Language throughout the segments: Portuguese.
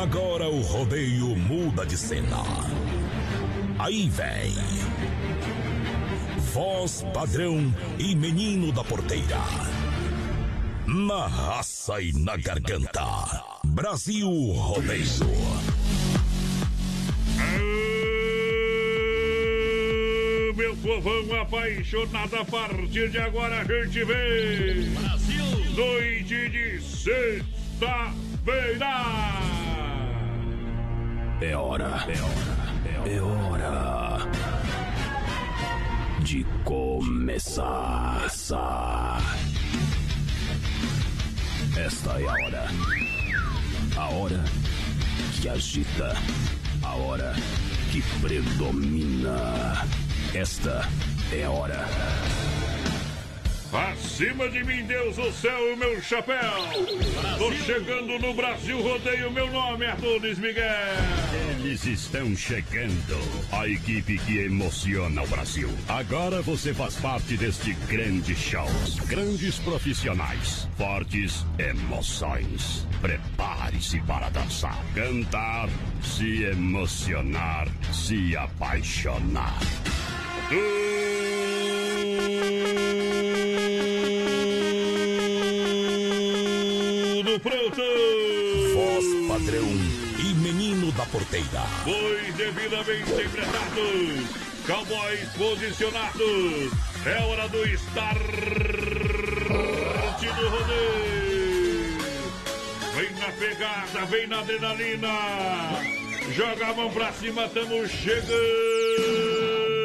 Agora o rodeio muda de cena. Aí vem Voz Padrão e Menino da Porteira. Na raça e na garganta, Brasil Rodeio. Meu povão apaixonado, a partir de agora a gente vem Brasil. Noite de sexta-feira. É hora de começar. Esta é a hora que agita, a hora que predomina. Esta é a hora. Acima de mim, Deus, o céu e o meu chapéu. Tô chegando no Brasil Rodeio, meu nome é Adonis Miguel. Eles estão chegando, a equipe que emociona o Brasil. Agora você faz parte deste grande show. Grandes profissionais, fortes emoções. Prepare-se para dançar, cantar, se emocionar, se apaixonar. Tudo pronto! Voz Padrão e Menino da Porteira. Bois devidamente emprestados, cowboys posicionados. É hora do start do rodeio. Vem na pegada, vem na adrenalina. Joga a mão pra cima, tamo chegando.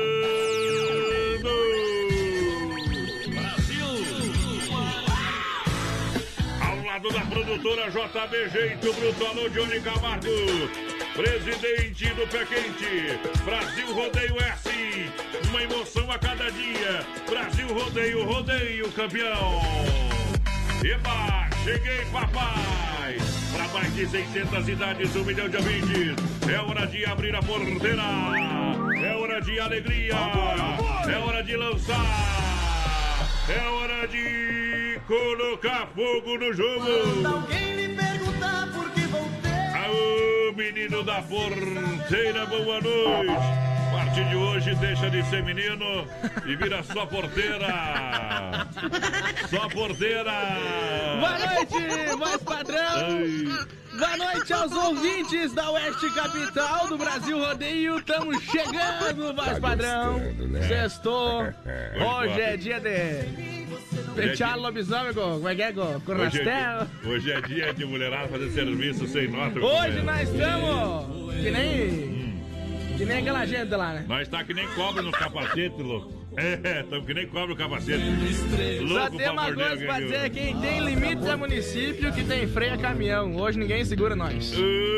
Da produtora JB Jeito Bruto, alô Johnny Camargo, presidente do Pé Quente. Brasil Rodeio é assim, uma emoção a cada dia. Brasil Rodeio, rodeio campeão. Eba, cheguei papai. Para mais de 600 cidades, 1 milhão de ouvintes. É hora de abrir a porteira. É hora de alegria. É hora de lançar. É hora de colocar fogo no jogo. Quando alguém lhe perguntar por que voltei. Aô, menino da porteira, boa noite. A partir de hoje deixa de ser menino e vira só porteira. Só porteira. Boa noite, voz padrão. Ai. Boa noite aos ouvintes da Oeste Capital do Brasil Rodeio. Estamos chegando, voz padrão. Sextou. Hoje é dia de fechar lobisomem com rastel. Hoje é dia de mulherada fazer serviço sem nota. Hoje nós estamos que nem aquela gente lá, né? Nós tá que nem cobra no capacete, louco. É, estamos que nem cobra o capacete. Só tem uma coisa pra dizer: quem tem limite é município, que tem freio é caminhão. Hoje ninguém segura nós.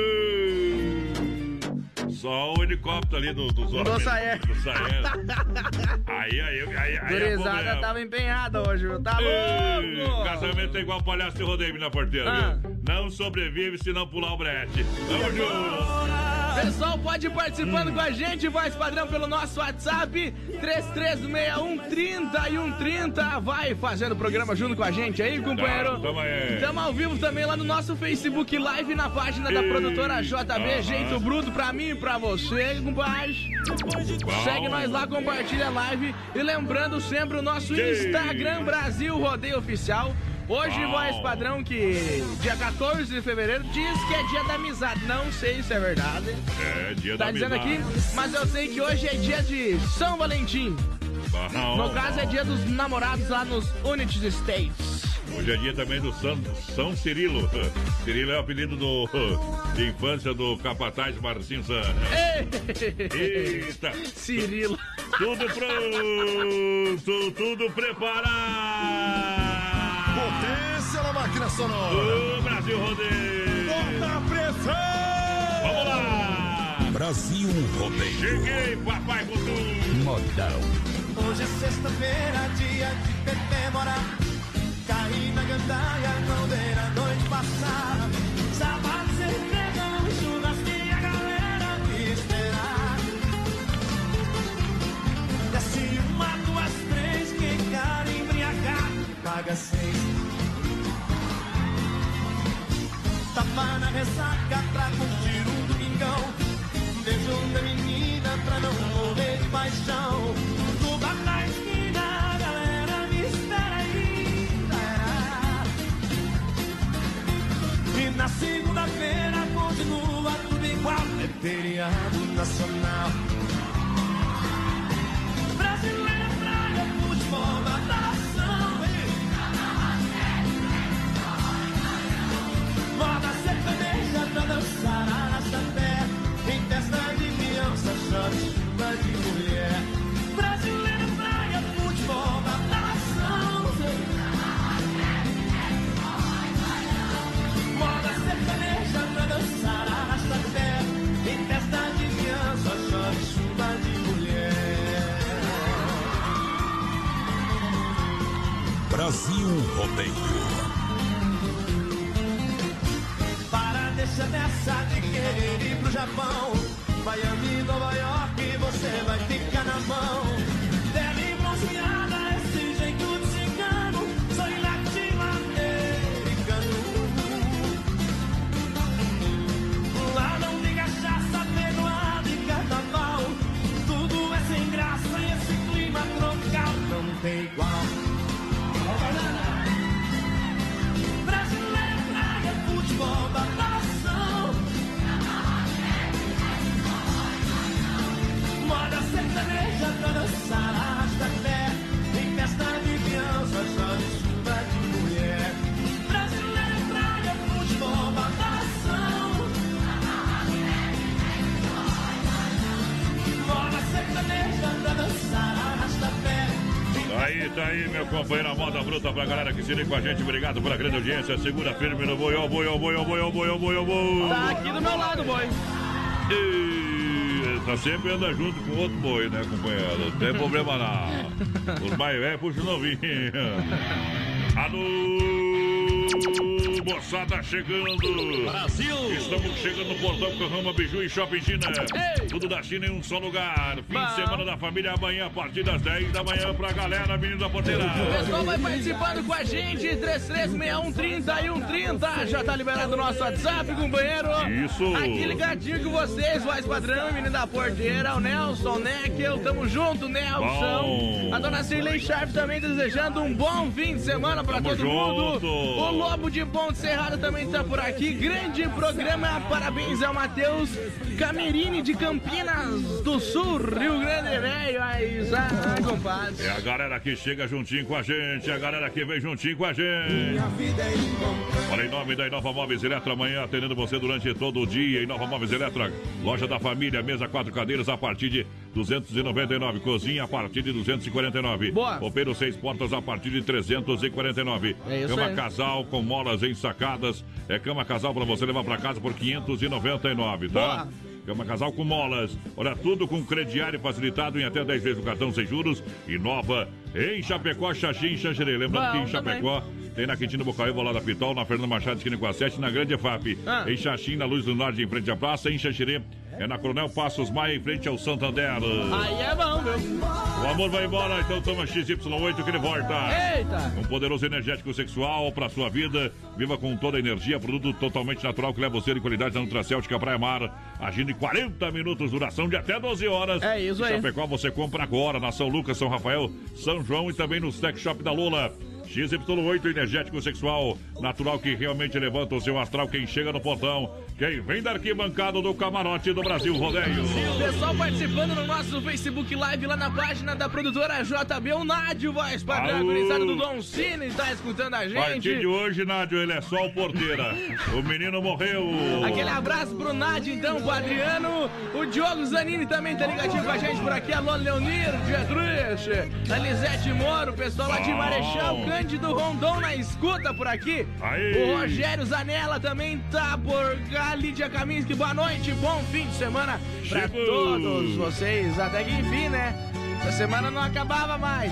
Só o helicóptero ali do Saer. Aí. Gurizada tava empenhada hoje, viu? Tá louco! Casamento é igual palhaço de rodeio na porteira, viu? Não sobrevive se não pular o brete. Tamo junto! Pessoal, pode ir participando com a gente, voz padrão, pelo nosso WhatsApp 3361-30. Vai fazendo o programa junto com a gente aí, companheiro. Tamo ao vivo também lá no nosso Facebook Live, na página da produtora JB Jeito Bruto, pra mim e pra você, compadre. Segue nós lá, compartilha a live. E lembrando sempre o nosso Instagram Brasil Rodeio Oficial. Hoje, voz padrão, que dia 14 de fevereiro diz que é dia da amizade. Não sei se é verdade. É, dia da amizade. Tá dizendo aqui, mas eu sei que hoje é dia de São Valentim. No caso, é dia dos namorados lá nos United States. Hoje é dia também do São Cirilo. Cirilo é o apelido de infância do capataz Marcinho Sana. Eita! Cirilo. Tudo pronto, tudo preparado. Potência na máquina sonora. O Brasil Rodeio. Bota a pressão. Vamos lá. Brasil Rodeio. Cheguei, papai, com tudo. Modão. Hoje é sexta-feira, dia de comemorar. Caí na gandaia, não dei na noite passada. Sábado se entregando, churrasquinho, a galera me esperar. Desce 1, 2, 3, quem cara embriagar, paga 6. Tá Vai na ressaca pra curtir o domingão. Beijo da menina pra não morrer de paixão. No bar na esquina, a galera me espera ainda. E na segunda-feira continua tudo igual. É feriado nacional. Brasileira, praia, futebol, natação. Moda sertaneja pra dançar arrasta-pé. Em festa de criança, chove chuva de mulher. Brasileira, praia, futebol, natação. Moda sertaneja pra dançar arrasta-pé. Em festa de criança, chove chuva de mulher. Brasil Rodeio. Deixa dessa de querer ir pro Japão. Miami, Nova York, você vai ficar na mão. Deve bronzeada, esse jeito de cigano. Sou latino-americano. Lá não tem cachaça, feijoada e carnaval. Tudo é sem graça e esse clima tropical não tem igual. Brasileiro, praia, futebol, moda sertaneja pra dançar arrasta-pé. Em festa de criança, chove chuva de mulher. Brasileira, praia, futebol, natação. Moda sertaneja pra dançar arrasta-pé. Tá aí, meu companheiro, a moda bruta pra galera que se liga com a gente. Obrigado pela grande audiência. Segura firme no boi, ó boi, ó boi, ó boi, ó boi, ó boi, ó boi. Tá aqui do meu lado, boi. Tá sempre anda junto com outro boi, né, companheiro? Não tem problema não. Os mais velhos puxam novinho. Alô, moçada chegando. Brasil. Estamos chegando no portão com Rama Biju e Shopping China. Ei. Tudo da China em um só lugar. Fim de semana da família amanhã, a partir das 10 da manhã pra galera, menino da porteira. O pessoal vai participando com a gente, 336130 e 130. Já tá liberado o nosso WhatsApp, companheiro. Isso. Aqui ligadinho com vocês, voz padrão, menino da porteira, o Nelson, Neckel, tamo junto, Nelson. Bom. A dona Cirlei Sharp também desejando um bom fim de semana pra Tamo todo mundo. junto. O Lobo de Ponte Serrado também tá por aqui. Grande programa, parabéns ao Matheus Camerini de Campinas do Sul, Rio Grande Velho. Aí, compadre. É a galera que chega juntinho com a gente, a galera que vem juntinho com a gente. Olha, em nome da Inova Móveis Eletro, amanhã atendendo você durante todo o dia. Inova Móveis Eletro, loja da família, mesa 4 cadeiras a partir de 299, cozinha a partir de 249. Boa. Roupeiro 6 portas a partir de 349. É isso cama aí. casal com molas ensacadas. É cama casal para você levar para casa por 599, tá? Boa. Cama casal com molas. Olha, tudo com crediário facilitado em até 10 vezes o cartão sem juros. Inova em Chapecó, Xaxim e Xanxerê. Lembrando Bom, que em Chapecó tem na Quintino Bocaiúva, lá da Pitol, na Fernanda Machado, esquina com a 7, na Grande EFAP. Em Xaxim, na Luz do Norte, em frente à praça. Em Xanxerê, é na Coronel Passos Maia, em frente ao Santander. Aí é bom, viu? O amor vai embora, então toma XY8 que ele volta. Eita! Um poderoso energético sexual para sua vida. Viva com toda a energia, produto totalmente natural que leva você de qualidade na Nutracêutica Praia Mar. Agindo em 40 minutos, duração de até 12 horas. É isso aí. Em Chapecó você compra agora na São Lucas, São Rafael, São João e também no Tech Shop da Lula. XY8 energético sexual, natural que realmente levanta o seu astral. Quem chega no portão, quem vem da arquibancada do camarote do Brasil Rodeio. Pessoal participando no nosso Facebook Live lá na página da produtora JB, o Nádio, voz padrão, gurizada do Don Cine, tá escutando a A partir de gente. hoje, Nádio, ele é só o porteira. O menino morreu. Aquele abraço pro Nádio, então, pro Adriano. O Diogo Zanini também tá ligadinho com a gente por aqui. Alô, Leonir, Dietrich, a Lisete Moro, o pessoal lá de Marechal, Cândido Rondon na escuta por aqui. Aí. O Rogério Zanella também tá por cá. Lídia Kaminski, boa noite, bom fim de semana pra Chegou. todos vocês. Até que enfim, né? Essa semana não acabava mais.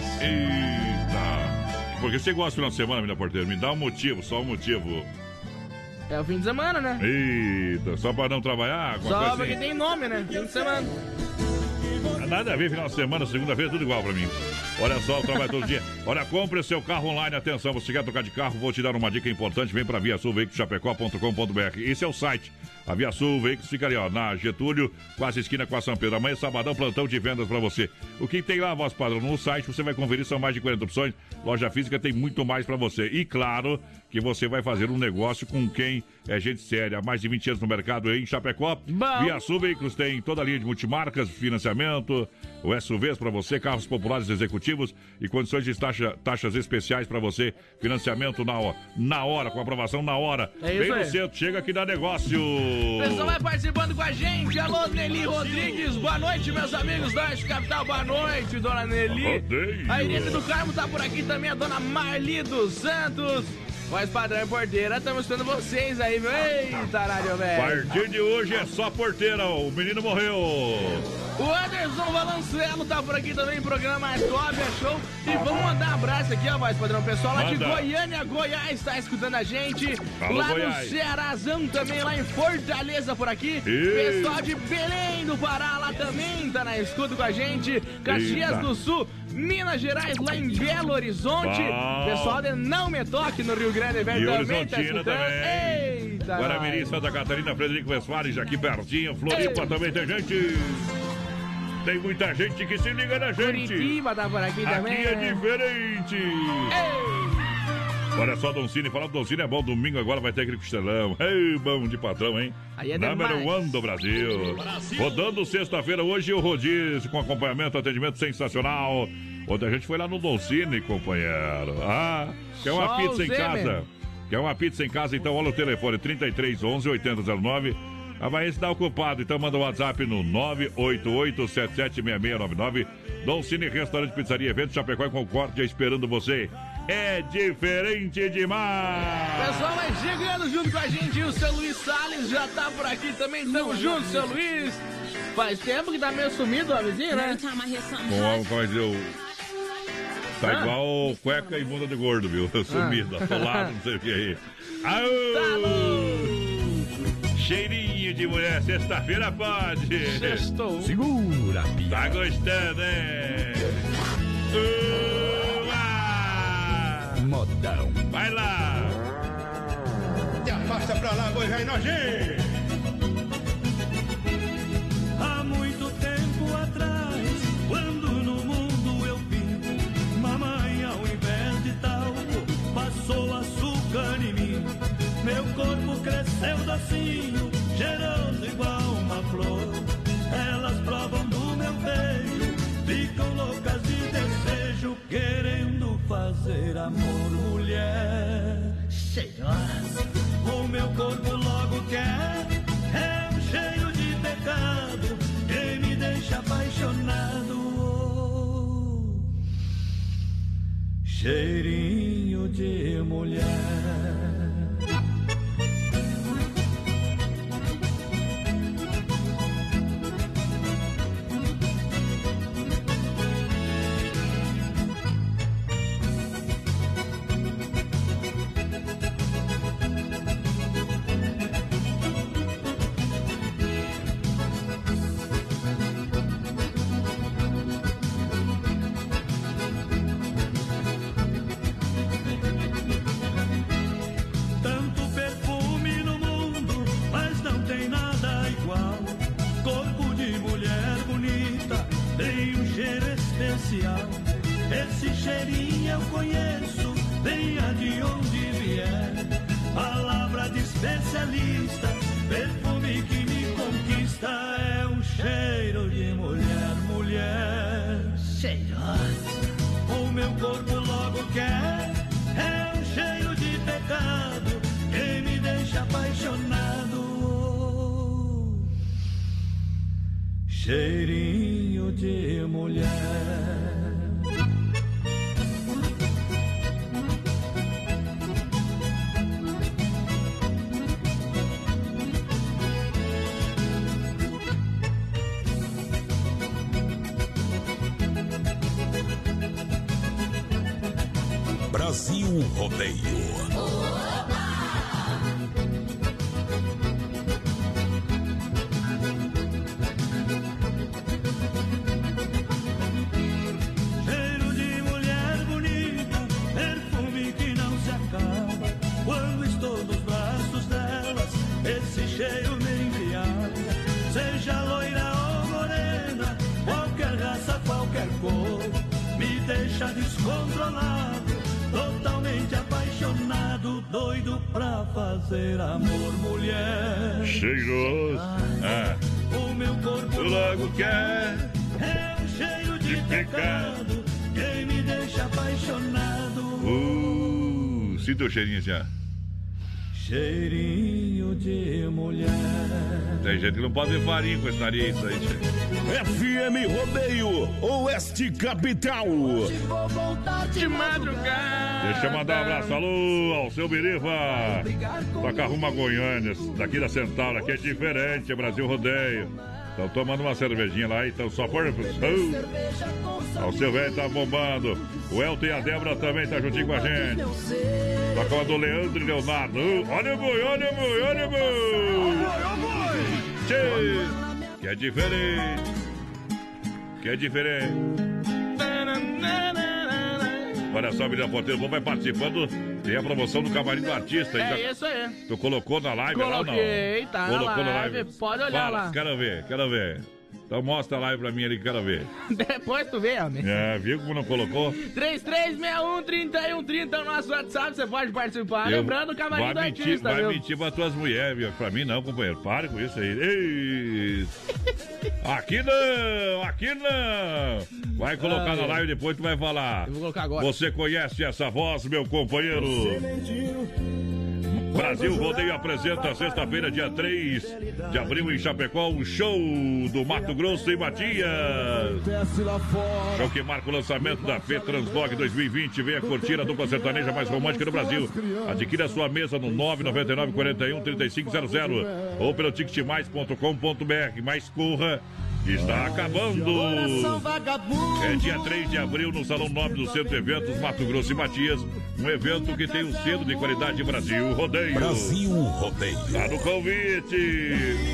Eita. Porque você gosta do final de semana, menina porteira? Me dá um motivo, só um motivo. É o fim de semana, né? Eita, só pra não trabalhar? Alguma Só coisa porque assim? tem nome, né? Fim de semana. Nada a ver, final de semana, segunda-feira, tudo igual pra mim. Olha só, eu trabalho todo dia. Olha, compre seu carro online. Atenção, você quer trocar de carro? Vou te dar uma dica importante. Vem para viasulveiculoschapecó.com.br. Esse é o site. A Via Sul Veículos fica ali, ó, na Getúlio, quase esquina com a São Pedro. Amanhã, sabadão, plantão de vendas para você. O que tem lá, voz padrão? No site você vai conferir, são mais de 40 opções. Loja física tem muito mais para você. E claro que você vai fazer um negócio com quem é gente séria. Há mais de 20 anos no mercado em Chapecó. Bom. Via Sul Veículos tem toda a linha de multimarcas, financiamento, o SUVs para você, carros populares executivos e condições de taxas especiais para você. Financiamento na hora, com aprovação na hora. É isso Bem aí. no centro, chega aqui dá negócio. O pessoal vai participando com a gente. Alô, Nelly Rodrigues. Boa noite, meus amigos da Oeste Capital. Boa noite, dona Nelly. Rodeio. A Irene do Carmo tá por aqui também. A dona Marli dos Santos. Voz padrão e porteira. Estamos esperando vocês aí, meu. Eita, rádio, A velho. partir de hoje é só porteira, o menino morreu. O Anderson Valenzuelo tá por aqui também, programa Top, é show. E vamos mandar um abraço aqui, ó, voz padrão. Pessoal lá de Manda. Goiânia, Goiás, tá escutando a gente. Alô, lá Goiás. no Cearazão também, lá em Fortaleza por aqui. Isso. Pessoal de Belém do Pará lá também tá na escuta com a gente. Caxias Eita. do Sul, Minas Gerais, lá em Belo Horizonte. Bom. Pessoal de Não Me Toque no Rio Grande do Sul E também tá Horizontina escutando. também. Eita, Guaramirim, nós. Santa Catarina, Frederico Westphalen, aqui pertinho. Floripa também tem gente. Tem muita gente que se liga na gente. Curitiba tá por aqui também. Aqui é diferente. Ei. Olha só, Don Cine, falando do Don Cine é bom, domingo agora vai ter aquele costelão. Ei, bom de patrão, hein? Aí é Número demais. 1 do Brasil. Rodando sexta-feira, hoje o rodízio com acompanhamento, atendimento sensacional. Ontem a gente foi lá no Don Cine, companheiro. Ah, quer uma Só pizza o em Zé casa? mesmo. Quer uma pizza em casa? Então olha o telefone, 33 11 8009. Avaense está ocupado, então manda o WhatsApp no 988-776699. Dom Cine, Restaurante, Pizzaria, Evento, Chapecó e Concórdia esperando você. É diferente demais! Pessoal vai chegando junto com a gente e o seu Luiz Salles já tá por aqui também. Tamo junto, seu Luiz. Faz tempo que tá meio sumido, ó, vizinho, né? Como é que eu... Tá igual cueca e bunda de gordo, viu? Sumido, atolado, não sei o que aí. Aô! Cheirinho de mulher, sexta-feira pode. Sextou. Segura, pia. Tá gostando, hein? Modão. Vai lá! Se afasta pra lá, boi vai nojento. Há muito tempo atrás, quando no mundo eu vim, mamãe ao invés de talco passou açúcar em mim. Meu corpo cresceu docinho, cheiroso igual uma flor. Elas provam do meu beijo, ficam loucas de desejo, querendo fazer amor, mulher cheirosa. O meu corpo logo quer, é um cheiro de pecado que me deixa apaixonado. Cheirinho de mulher. Tanto perfume no mundo, mas não tem nada igual. Corpo de mulher bonita, tem um cheiro especial. Esse cheirinho eu conheço, venha de onde vier. Palavra de especialista, perfume que me conquista. É um cheiro de mulher, mulher cheirosa. O meu corpo logo quer, é um cheiro de pecado que me deixa apaixonado. Cheirinho de mulher. Brasil Rodeio. Cheiro de mulher bonita, fazer amor, mulher. Cheiroso. O meu corpo logo quer. É cheio de pecado. Quem me deixa apaixonado. Sinta o cheirinho já. Cheirinho de mulher. Tem gente que não pode ver farinha com esse nariz aí, gente. FM Rodeio, Oeste Capital. De madrugada. Deixa eu mandar um abraço, alô, ao seu Biriva. Toca Ruma Goiânia, daqui da Central, aqui é diferente, é Brasil Rodeio. Estão tomando uma cervejinha lá, então só por... O seu velho tá bombando. O Elton e a Débora também tá juntinho com a gente. Toca uma do Leandro e Leonardo. Olha o boi, olha o boi, olha o boi. Que é diferente. Que é diferente. Olha só, Miriam Porteiro, vamos vai participando. Tem a promoção do Camarim do Artista. É isso aí. Tu colocou na live lá ou não? Coloquei, tá. Colocou na live. Pode olhar lá. Quero ver, quero ver. Então mostra a live pra mim ali que quero ver. Depois tu vê, homem. Viu como não colocou? 3361-3130 é o nosso WhatsApp, você pode participar. Lembrando o Camarim do Artista, vai mentir pra tuas mulheres, viu? Pra mim não, companheiro. Pare com isso aí. Ei. Aqui não, aqui não. Vai colocar na live, depois tu vai falar. Eu vou colocar agora. Você conhece essa voz, meu companheiro? Brasil Rodeio apresenta sexta-feira, dia 3 de abril, em Chapecó, o show do Mato Grosso e Matias. Show que marca o lançamento da FETransblog 2020. Venha curtir a dupla sertaneja mais romântica do Brasil. Adquira a sua mesa no 999-41-3500 ou pelo ticketmais.com.br. Mais corra. Está acabando. É dia 3 de abril no Salão Nobre do Centro de Eventos Mato Grosso e Matias. Um evento que tem o selo de qualidade Brasil Rodeio. Brasil Rodeio. Tá no convite.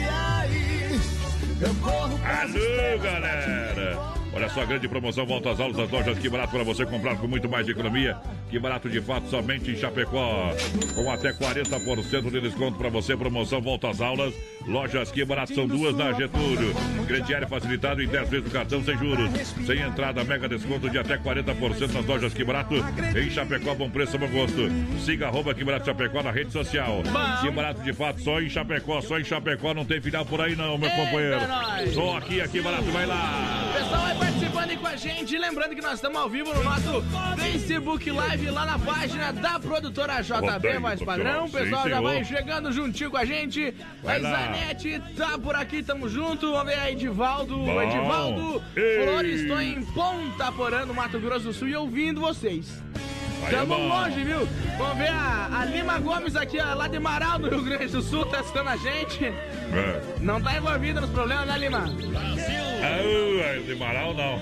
Alô, galera. Olha só, a grande promoção, volta às aulas das lojas Que Barato para você comprar com muito mais de economia. Que Barato de fato, somente em Chapecó. Com até 40% de desconto para você. Promoção, volta às aulas. Lojas Que Barato são duas na Getúlio. Crediário facilitado em 10 vezes o cartão sem juros. Sem entrada, mega desconto de até 40% nas lojas Que Barato. Em Chapecó, bom preço, bom gosto. Siga @Que Barato Chapecó na rede social. Que Barato de fato, só em Chapecó. Só em Chapecó, não tem final por aí não, meu companheiro. Só aqui, Que Barato, vai lá. Pessoal, vai participando aí com a gente. Lembrando que nós estamos ao vivo no nosso Facebook Live, lá na página da produtora JB Mais Padrão. O pessoal já vai chegando juntinho com a gente. A Isanete tá por aqui, tamo junto. Vamos ver aí, Edivaldo. Edivaldo Flores, estou em Ponta Porã, no Mato Grosso do Sul, e ouvindo vocês. Estamos longe, viu? Vamos ver a Lima Gomes aqui, ó, lá de Marau, no Rio Grande do Sul, testando a gente. Não tá envolvida nos problemas, né, Lima? De Marau não.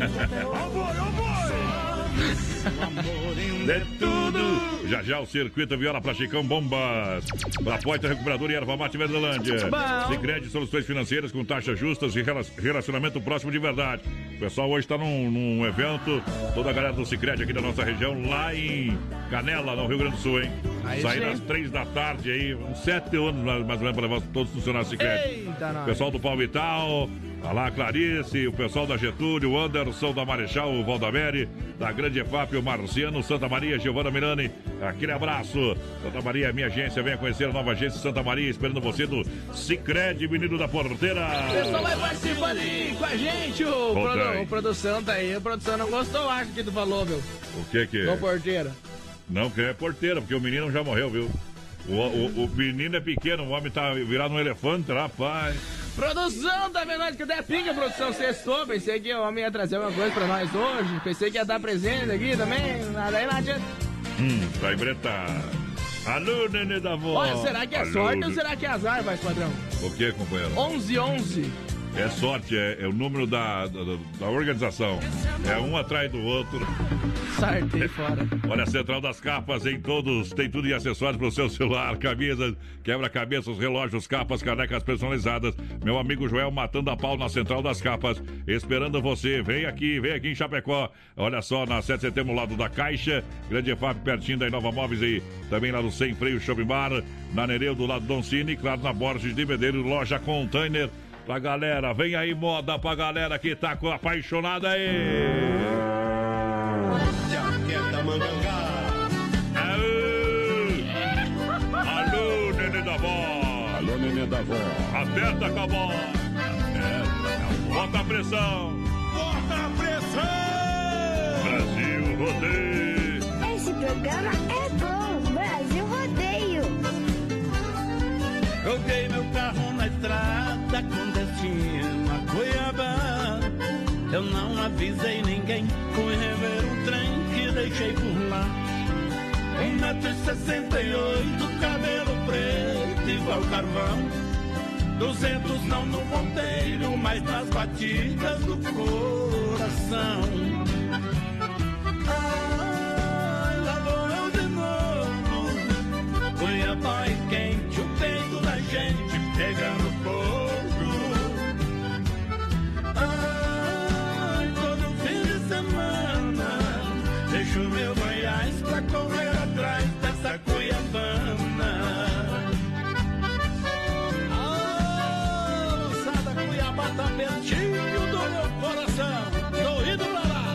De tudo. Já o circuito Viola pra Chicão Bombas. Pra Poitra Recuperadora e Erva Mate Verdelândia. Sicredi Soluções Financeiras com taxas justas e relacionamento próximo de verdade. O pessoal hoje tá num evento. Toda a galera do Sicredi aqui da nossa região, lá em Canela, no Rio Grande do Sul, hein? Saíram às 3 da tarde aí, uns 7 anos mais ou menos pra levar todos os funcionários do Sicredi. Pessoal do Palmital. Olha lá, Clarice, o pessoal da Getúlio, o Anderson da Marechal, o Valdamere, da Grande EFAP, o Marciano, Santa Maria, Giovana Mirani, aquele abraço. Santa Maria, minha agência, venha conhecer a nova agência Santa Maria, esperando você do Sicredi, menino da porteira. O pessoal vai participando aí com a gente, o produção tá aí, a produção não gostou, acho que tu falou, meu. O que que é? O porteira. Não, que é porteira, porque o menino já morreu, viu? O menino é pequeno, o homem tá virado um elefante, rapaz. Produção, tá vendo? Cadê a pinga, produção? Sextou, pensei que o homem ia trazer uma coisa pra nós hoje. Pensei que ia dar presente aqui também. Nada aí, não adianta. Vai bretar. Alô, nenê da voz. Olha, será que é sorte ou será que é azar, vai, padrão? O que, companheiro? 1111. É sorte, é o número da organização. É um atrás do outro. Sartei fora. Olha, a Central das Capas em todos, tem tudo em acessórios para o seu celular, camisas, quebra-cabeças, relógios, capas, canecas personalizadas. Meu amigo Joel matando a pau na Central das Capas, esperando você. Vem aqui em Chapecó. Olha só, na 7 de setembro, lado da Caixa, Grande EFAP, pertinho da Inova Móveis e também lá no Sem Freio Shopping Bar, na Nereu, do lado do Don Cine, claro, na Borges de Medeiros, loja Container. Pra galera, vem aí moda pra galera que tá apaixonada aí. Jaqueta Mangangá. Alô, avó. Alô, nenê da avó. Aperta, cowboy. Bota a pressão. Bota a pressão. Brasil Rodeio. Esse programa é bom. Brasil Rodeio. Joguei meu carro na estrada com destino a Cuiabá. Eu não avisei ninguém, fui rever um trem que deixei por lá. 1,68 m, cabelo preto igual carvão. 200 não no ponteiro, mas nas batidas do coração. Ai, lá vou eu de novo. Cuiabá e quente, o peito da gente pegando fogo. Ai, todo fim de semana deixo meu Goiás pra correr atrás dessa Cuiabana. Ah, moçada, Cuiabá tá pertinho do meu coração. Tô indo pra lá.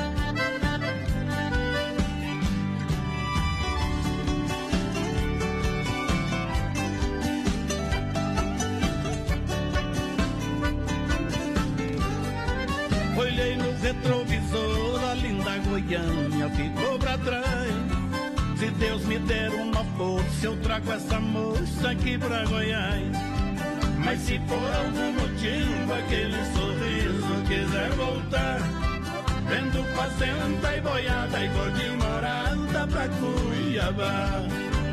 Olhei no retrovisor, a linda Goiânia ficou pra trás. Se Deus me der uma força, eu trago essa moça aqui pra Goiás. Mas se por algum motivo aquele sorriso quiser voltar, vendo fazenda e boiada e vou de morada pra Cuiabá.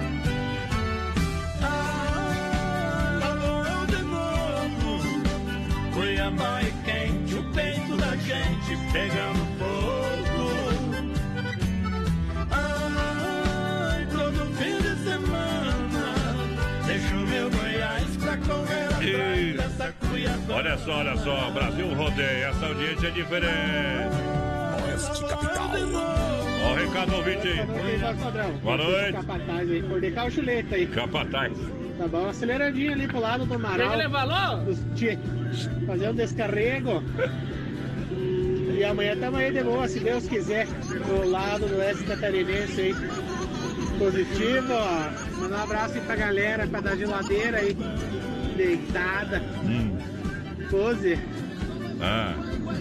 Ah, lá vou eu de novo. Cuiabá é quente, o peito da gente pegando fogo. Ai, todo fim de semana deixo meu Goiás pra correr atrás dessa Cuiabá. Olha só, Brasil Rodeio, essa audiência é diferente. Oeste Capital. Ó o recado ouvinte aí. Boa noite. Capataz aí, por de cá o chuleta aí. Capataz. Tá bom, aceleradinho ali pro lado do Amaral. Ele falou? Fazer um descarrego. E amanhã tamo aí de boa, se Deus quiser. Do lado do oeste catarinense aí. Positivo, ó. Mandar um abraço aí pra galera, pra da geladeira aí. Deitada. Pose. Ah,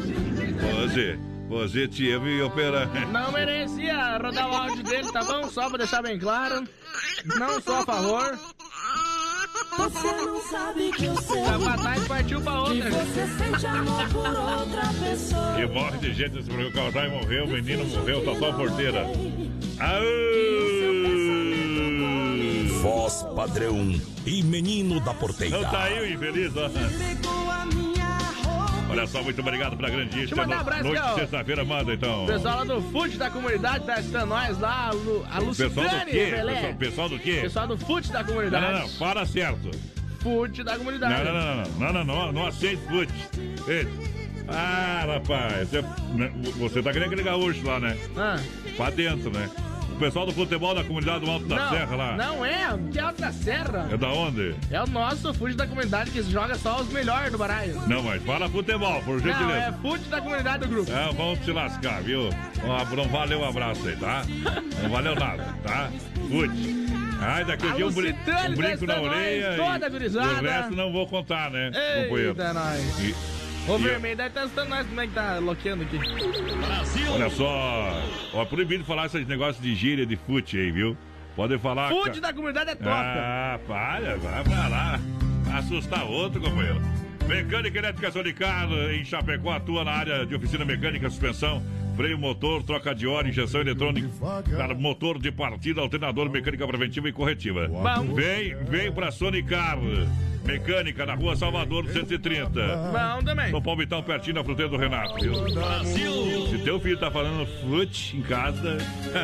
positivo e operando. Não merecia rodar o áudio dele, tá bom? Só pra deixar bem claro. Não sou a favor. Você não sabe que eu sei. Capataz partiu pra outra. Que você sente amor por outra pessoa. E morre de gente nesse programa. O Calzai morreu, o menino morreu, tá só a porteira. Aô! Voz padrão e menino da porteira. Não tá aí o infeliz, ó. Olha só, muito obrigado pra grandíssima. Deixa eu mandar um abraço, noite de ó. sexta-feira, manda então. O pessoal lá do FUT da comunidade tá assistindo nós lá, a Luciane, Pelé. Pessoal do quê? Pessoal do FUT da comunidade. Não, para certo. FUT da comunidade. Não aceito FUT. Ei. Ah, rapaz, você tá querendo aquele gaúcho lá, né? Pra dentro, né? O pessoal do futebol da comunidade do Alto da Serra lá. Não é, que é Alto da Serra. É da onde? É o nosso FUT da comunidade que joga só os melhores do baralho. Não, mas fala futebol, por gentileza. Não, é FUT da comunidade do grupo. É, vamos se lascar, viu? Não valeu o abraço aí, tá? Não valeu nada, tá? FUT. Ai, daqui um dia um brinco na orelha toda e o resto não vou contar, né, companheiro? Eita, nós. O vermelho deve estar assustando nós, como é que tá loqueando aqui. Brasil! Olha só, ó, proibido falar esses negócios de gíria de fute aí, viu? Pode falar... Fute da comunidade é top. Ah, vai pra lá. Assustar outro, companheiro. Mecânica Elétrica Sonicar em Chapecó atua na área de oficina mecânica, suspensão, freio motor, troca de óleo, injeção eletrônica, para motor de partida, alternador, mecânica preventiva e corretiva. Vem pra Sonicar Mecânica, na rua Salvador 130. Bom também. No Palmitão, pertinho da fruteira do Renato, viu? Brasil! Se teu filho tá falando fute em casa...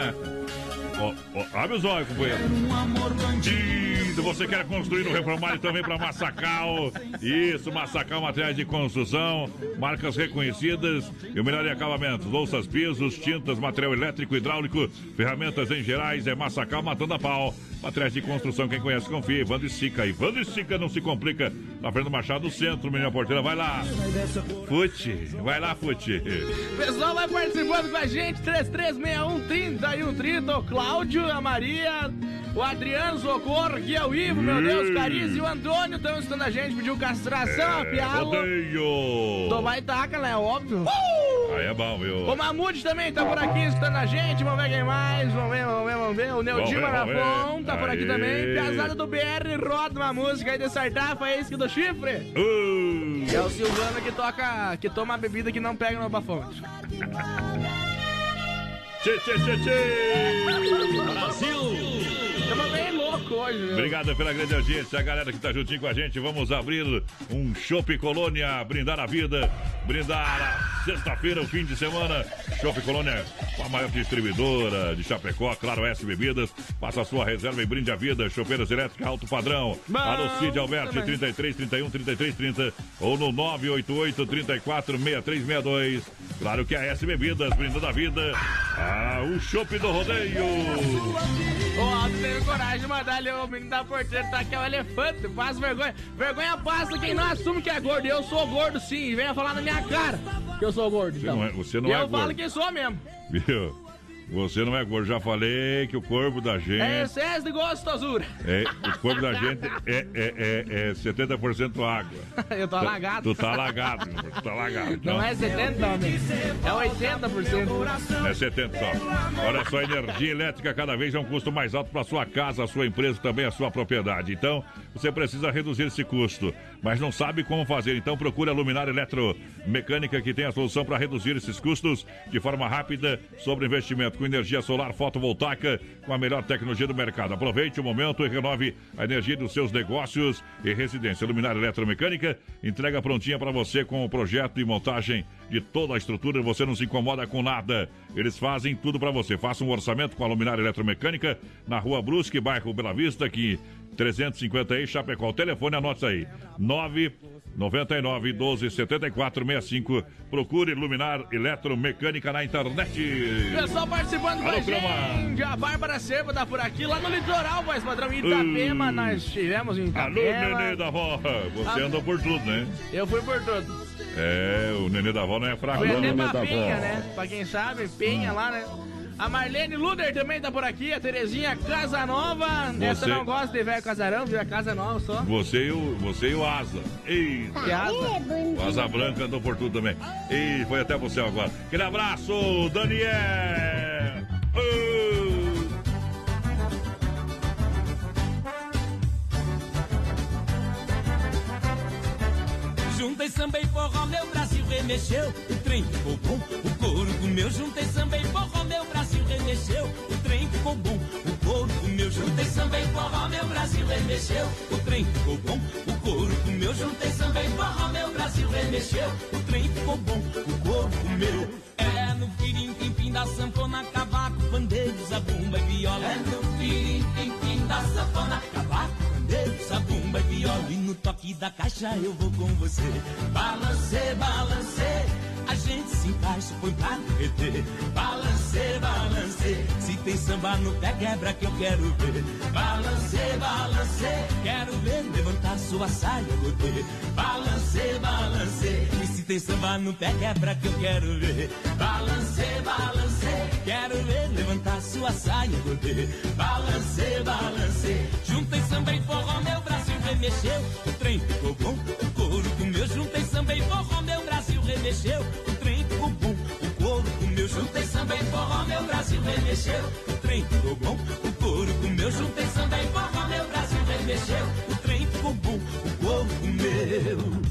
abre os olhos, companheiro. Se você quer construir ou reformar, então vem para Massacal. Isso, Massacal Materiais de Construção, marcas reconhecidas e o melhor em acabamentos. Louças, pisos, tintas, material elétrico, hidráulico, ferramentas em gerais. É Massacal matando a pau. Materiais de construção, quem conhece, confia. Evandro e Sica. Evandro e Sica não se complica. Na Fernando Machado, no centro, menina porteira. Vai lá. Fute. Vai lá, Fute. O pessoal vai participando com a gente. 3361 30 e 130. O Cláudio, a Maria, O Adriano Socorro, que é o Ivo, meu Deus, Cariz e o Antônio estão escutando a gente, pediu castração, a pialo. Rodeio! Tomar Itaca, né? Óbvio. Aí é bom, viu? O Mamute também tá por aqui escutando a gente. Vamos ver quem mais. Vamos ver. O Neudinho Marafon tá por aqui também. Piazada do BR roda uma música aí de sartafa, é isso do chifre. É o Silvano que toma a bebida que não pega no bafômetro. Tchê! Brasil! Estamos bem louco hoje, viu? Obrigado pela grande audiência, a galera que tá juntinho com a gente. Vamos abrir um Chopp Colônia, brindar a vida, brindar a sexta-feira, o fim de semana. Chopp Colônia, a maior distribuidora de Chapecó, claro, S Bebidas. Faça a sua reserva e brinde a vida. Chopeiras elétricas alto padrão. Alô, Cid Alberti, 33 31 33 30 ou no 988 34 6362. Claro que a S Bebidas, brindando a vida. O Chopp do Rodeio. Tu teve coragem de mandar ali o menino da porteira, tá aqui, é o elefante, faz vergonha. Vergonha passa quem não assume que é gordo. Eu sou gordo sim, e venha falar na minha cara que eu sou gordo. Você não é gordo. Eu falo que sou mesmo. Viu? Você não é gordo, já falei que o corpo da gente... É excesso de gostosura. O corpo da gente é 70% água. Eu tô alagado. Tu tá alagado, tu tá alagado. Não é 70%, não, amigo. É 80%. É 70% só. Olha só, energia elétrica cada vez é um custo mais alto para sua casa, a sua empresa, também a sua propriedade. Então, você precisa reduzir esse custo, mas não sabe como fazer. Então, procure a Luminária Eletromecânica, que tem a solução para reduzir esses custos de forma rápida sobre investimento. Com energia solar fotovoltaica, com a melhor tecnologia do mercado. Aproveite o momento e renove a energia dos seus negócios e residência. Luminária Eletromecânica entrega prontinha para você com o projeto e montagem de toda a estrutura. Você não se incomoda com nada. Eles fazem tudo para você. Faça um orçamento com a Luminária Eletromecânica na Rua Brusque, bairro Bela Vista, aqui 350 aí, Chapecó. O telefone, anote aí. 999 12 74 65. Procure Luminar Eletromecânica na internet. Pessoal participando com a gente. A Bárbara Serva tá por aqui, lá no litoral, voz padrão Itapema. Nós estivemos em Itapema. Alô, Nenê da Avó. Você andou por tudo, né? Eu fui por tudo. O Nenê da Avó não é fraco. Foi até pra Penha, né? Pra quem sabe, Penha lá, né? A Marlene Luder também tá por aqui, a Terezinha Casanova. Essa não gosta de velho casarão, viu? É Casa Nova só. Você e o Asa. Eita. Que Asa? O Asa Branca andou por tudo também. E foi até você agora. Aquele abraço, Daniel! Juntei samba e forró, meu Brasil remexeu. O trem ficou bom, o couro comeu. Juntei samba e forró, meu Brasil remexeu. O trem ficou bom, o couro comeu. Juntei samba e forró, meu Brasil remexeu. O trem ficou bom, o couro comeu. Juntei samba e forró, meu Brasil remexeu. O trem ficou bom, o couro comeu. É no pirim, pim, da sanfona, cavaco, pandeiro, zabumba e viola. É no pirim, pim, da sanfona, cavaco, zabumba e viola. E no toque da caixa eu vou com você. Balancê, balancê, a gente se encaixa, põe pra derreter. Balancê, balancê, se tem samba no pé quebra que eu quero ver. Balancê, balancê, quero ver levantar sua saia, godê. Balancê, balancê, e se tem samba no pé quebra que eu quero ver. Balancê, balancê, quero ver levantar sua saia, godê. Balancê, balancê, juntei samba e forró, meu Brasil remexeu. O trem ficou bom, o couro comeu. Juntei samba e forró, meu Brasil remexeu. O trem ficou bom, o couro comeu. Juntei samba e forró, meu Brasil remexeu. O trem ficou bom, o couro comeu. Juntei samba e forró, meu Brasil remexeu. O trem ficou bom, o couro comeu.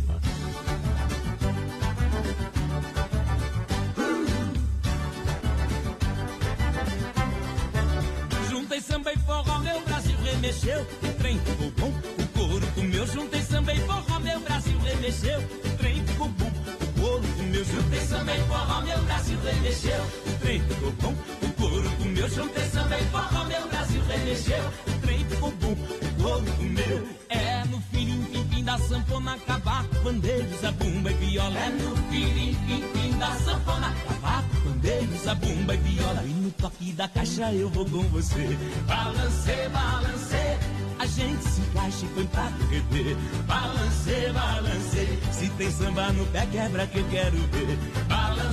Juntei samba e forró, meu Brasil remexeu. O trem ficou bom, o couro comeu. Juntei samba e forró, meu Brasil remexeu. O trem ficou bom, o couro comeu. Juntei samba e forró, meu Brasil remexeu. O trem ficou bom, o couro comeu. Juntei samba e forró, meu Brasil remexeu. O trem ficou bom, o couro comeu. É no firim, pim, da sanfona, cavaco, pandeiro, zabumba e viola. É no firim, pim, da sanfona, cavaco, pandeiro, zabumba e viola. E no toque da caixa eu vou com você. Balancê, balancê, a gente se encaixa e põe pra derreter. Balancê, balancê, se tem samba no pé quebra que eu quero ver. Balancê,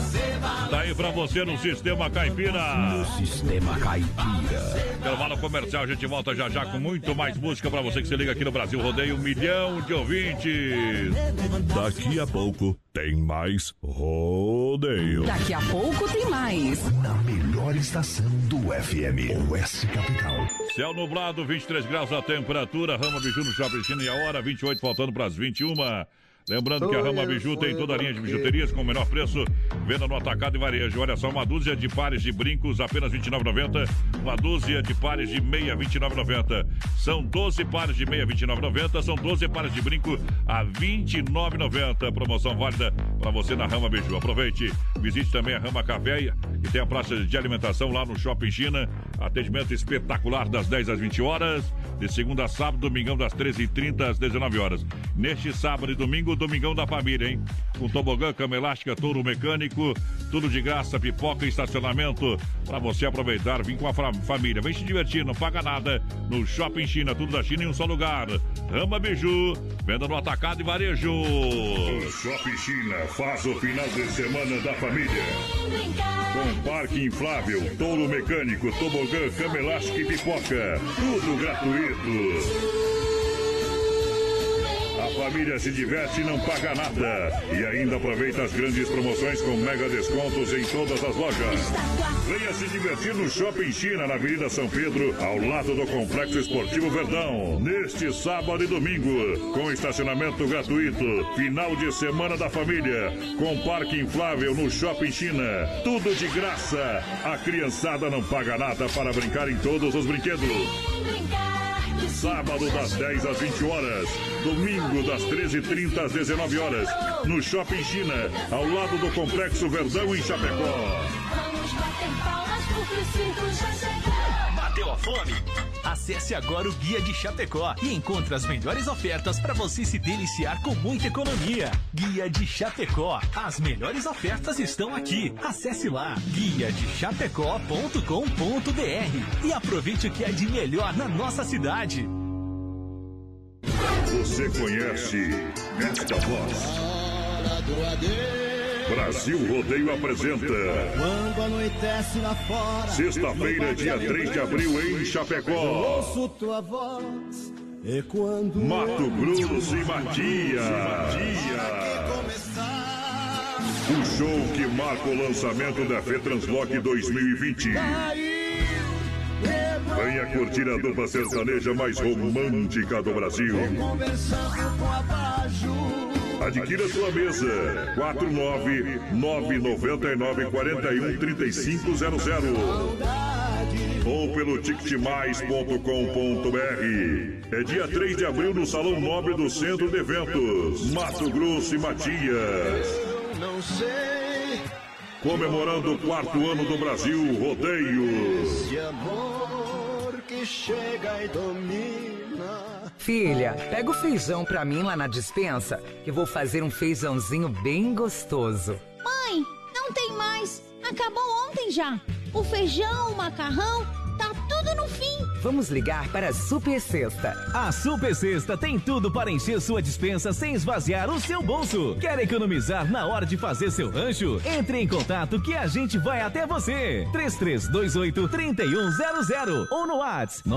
Tá aí pra você no Sistema Caipira. No Sistema Caipira. Intervalo comercial, a gente volta já já com muito mais música pra você que se liga aqui no Brasil Rodeio, 1 milhão de ouvintes. Daqui a pouco tem mais rodeio. Daqui a pouco tem mais. Na melhor estação do FM, Oeste Capital. Céu nublado, 23 graus a temperatura. Rama Biju no Shopping China e a hora 28, faltando para as 21. Lembrando que a Rama Biju tem toda a linha de bijuterias com o menor preço, venda no atacado e varejo. Olha só, uma dúzia de pares de brincos, apenas R$ 29,90. Uma dúzia de pares de meia, R$ 29,90. São 12 pares de meia, R$ 29,90. São 12 pares de brinco a R$ 29,90. Promoção válida para você na Rama Biju. Aproveite, visite também a Rama Café, que tem a praça de alimentação lá no Shopping China. Atendimento espetacular das 10 às 20 horas. De segunda a sábado, domingão das 13h30 às 19 horas. Neste sábado e domingo, Domingão da Família, hein? Com tobogã, cama elástica, touro mecânico, tudo de graça, pipoca e estacionamento para você aproveitar. Vem com a família, vem se divertir, não paga nada no Shopping China, tudo da China em um só lugar. Rama Biju, venda no atacado e varejo. O Shopping China faz o final de semana da família. Com parque inflável, touro mecânico, tobogã, cama elástica e pipoca, tudo gratuito. A família se diverte e não paga nada. E ainda aproveita as grandes promoções com mega descontos em todas as lojas. Venha se divertir no Shopping China, na Avenida São Pedro, ao lado do Complexo Esportivo Verdão. Neste sábado e domingo, com estacionamento gratuito. Final de semana da família, com parque inflável no Shopping China. Tudo de graça. A criançada não paga nada para brincar em todos os brinquedos. Sábado das 10 às 20 horas. Domingo das 13h30 às 19 horas. No Shopping China, ao lado do Complexo Verdão em Chapecó. Vamos bater palmas porque o circo já chegou. Bateu a fome? Acesse agora o Guia de Chapecó e encontre as melhores ofertas para você se deliciar com muita economia. Guia de Chapecó. As melhores ofertas estão aqui. Acesse lá guiadechapecó.com.br e aproveite o que é de melhor na nossa cidade. Você conhece esta voz? Brasil Rodeio apresenta Quando anoitece lá fora, sexta-feira, dia 3 de abril, em Chapecó. ouço tua voz. E quando Mato Grosso e Matias. O show que marca o lançamento da FETranslock 2020. Venha curtir a dupla sertaneja mais romântica do Brasil. conversando com a Baju. Adquira sua mesa 49999413500 ou pelo ticketmais.com.br. É dia 3 de abril no Salão Nobre do Centro de Eventos, Mato Grosso e Matias. Não sei. Comemorando o 4º ano do Brasil Rodeio. Esse amor que chega e domina. Filha, pega o feijão pra mim lá na despensa, que vou fazer um feijãozinho bem gostoso. Mãe, não tem mais. Acabou ontem já. O feijão, o macarrão, tá tudo no fim. Vamos ligar para a Super Sexta. A Super Sexta tem tudo para encher sua despensa sem esvaziar o seu bolso. Quer economizar na hora de fazer seu rancho? Entre em contato que a gente vai até você. 3328-3100 ou no WhatsApp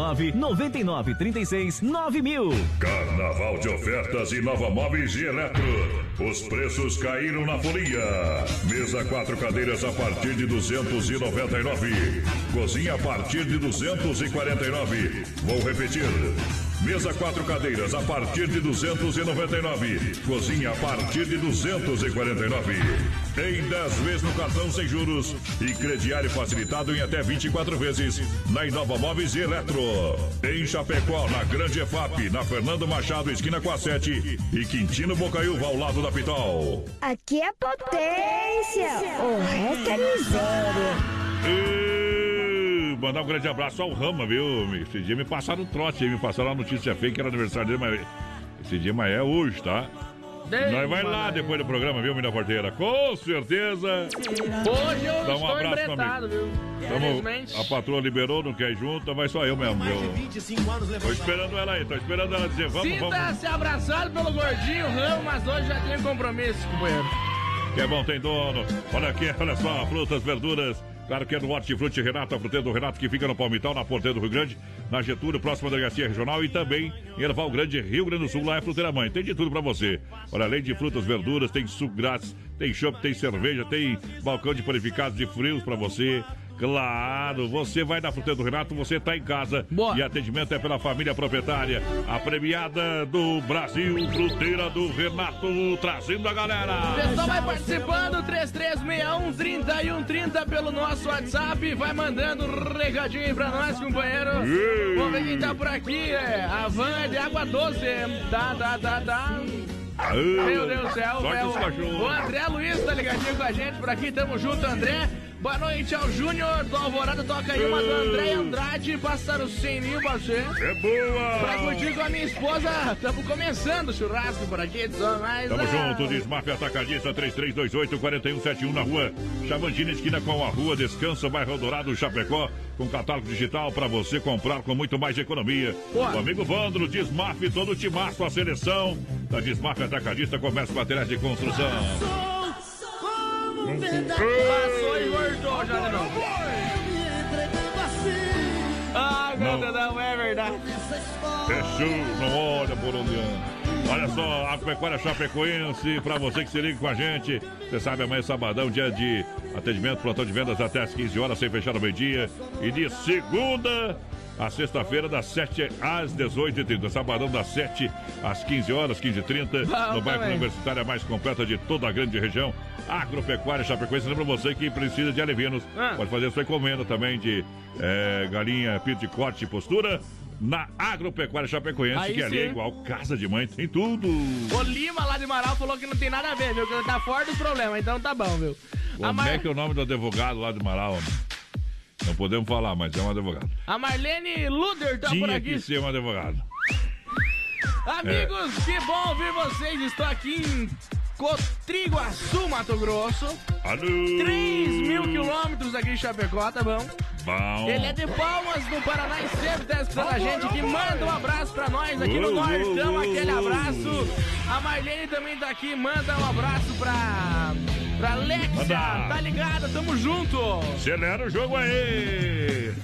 999369000. Carnaval de ofertas e Nova Móveis e Eletro. Os preços caíram na folia. Mesa 4 cadeiras a partir de 299. Cozinha a partir de 249. Vou repetir. Mesa 4 cadeiras a partir de 299. Cozinha a partir de 249. Em 10 vezes no cartão sem juros e crediário facilitado em até 24 vezes na Inova Móveis e Eletro. Em Chapecó, na Grande EFAP, na Fernando Machado, esquina com a 7 e Quintino Bocaiúva, ao lado da Pitol. Aqui é potência. O resto é miséria. Mandar um grande abraço ao Rama, viu? Esse dia me passaram o trote aí, me passaram a notícia fake que era aniversário dele, mas esse dia mas é hoje, tá? Nós vai lá depois do programa, viu, minha porteira? Com certeza. Hoje eu dá um estou abraço, embretado, viu? Infelizmente. A patroa liberou, não quer ir junto, vai só eu mesmo. Tô esperando ela aí, tô esperando ela dizer vamos, Sinta-se abraçado pelo gordinho Ramo, mas hoje já tem compromisso, companheiro. que é bom tem dono. Olha aqui, olha só, frutas, verduras. Claro que é no Hortifruti Renato, a fruteira do Renato, que fica no Palmital, na Porteira do Rio Grande, na Getúlio, próxima da Delegacia Regional, e também em Erval Grande, Rio Grande do Sul, lá é Fruteira Mãe. Tem de tudo pra você. Olha, além de frutas, verduras, tem suco grátis, tem chopp, tem cerveja, tem balcão de panificados e frios pra você. Claro, você vai na Fruteira do Renato, você tá em casa. Boa. E atendimento é pela família proprietária. A premiada do Brasil, Fruteira do Renato, trazendo a galera. O pessoal vai participando, 3361-3130 pelo nosso WhatsApp. Vai mandando um recadinho aí pra nós, companheiro. Vamos ver quem tá por aqui. A van é de Água Doce. Meu Deus do céu, o André Luiz tá ligadinho com a gente por aqui. Tamo junto, André. Boa noite ao Júnior do Alvorada, toca aí uma do André Andrade, passaram 100 mil pra você. É boa! Pra curtir com a minha esposa, estamos começando o churrasco por aqui, só mais. Tamo junto, Desmaf Atacadista, 3328-4171 na rua Chavantina, esquina com a rua Descanso, bairro Dourado, Chapecó, com catálogo digital pra você comprar com muito mais economia. Boa. O amigo Vandro, Desmaf, todo o timaço, a seleção da Desmaf Atacadista, comércio materiais de construção. Passou e voltou, já não. Ah, não é verdade. Fechou, não olha por onde anda. Olha só, a Pecuária Chapecoense, pra você que se liga com a gente. Você sabe, amanhã é sabadão, dia de atendimento, plantão de vendas até às 15 horas, sem fechar no meio-dia. E de segunda a sexta-feira, das 7 às 18h30. Sabadão, das 7 às 15 horas, 15h30. No bairro Universitário, a mais completa de toda a grande região. Agropecuária Chapecoense. Lembra você que precisa de alevinos. Pode fazer sua encomenda também de galinha, pito de corte e postura. Na Agropecuária Chapecoense, aí que ali é igual casa de mãe, tem tudo. O Lima lá de Marau falou que não tem nada a ver, viu? Que ele tá fora dos problemas, então tá bom, viu? Como é que é o nome do advogado lá de Marau? Não podemos falar, mas é um advogado. A Marlene Luder tá por aqui. Tinha que ser um advogado. Amigos, que bom ouvir vocês. Estou aqui em Cotriguaçu, Mato Grosso. Alô. 3.000 quilômetros aqui em Chapecó, tá bom? Bom. Ele é de Palmas, no Paraná, e sempre tá escutando a gente, que manda um abraço pra nós aqui no Nortão, aquele abraço. A Marlene também tá aqui, manda um abraço pra Alexia, tá ligada, tamo junto. Acelera o jogo aí.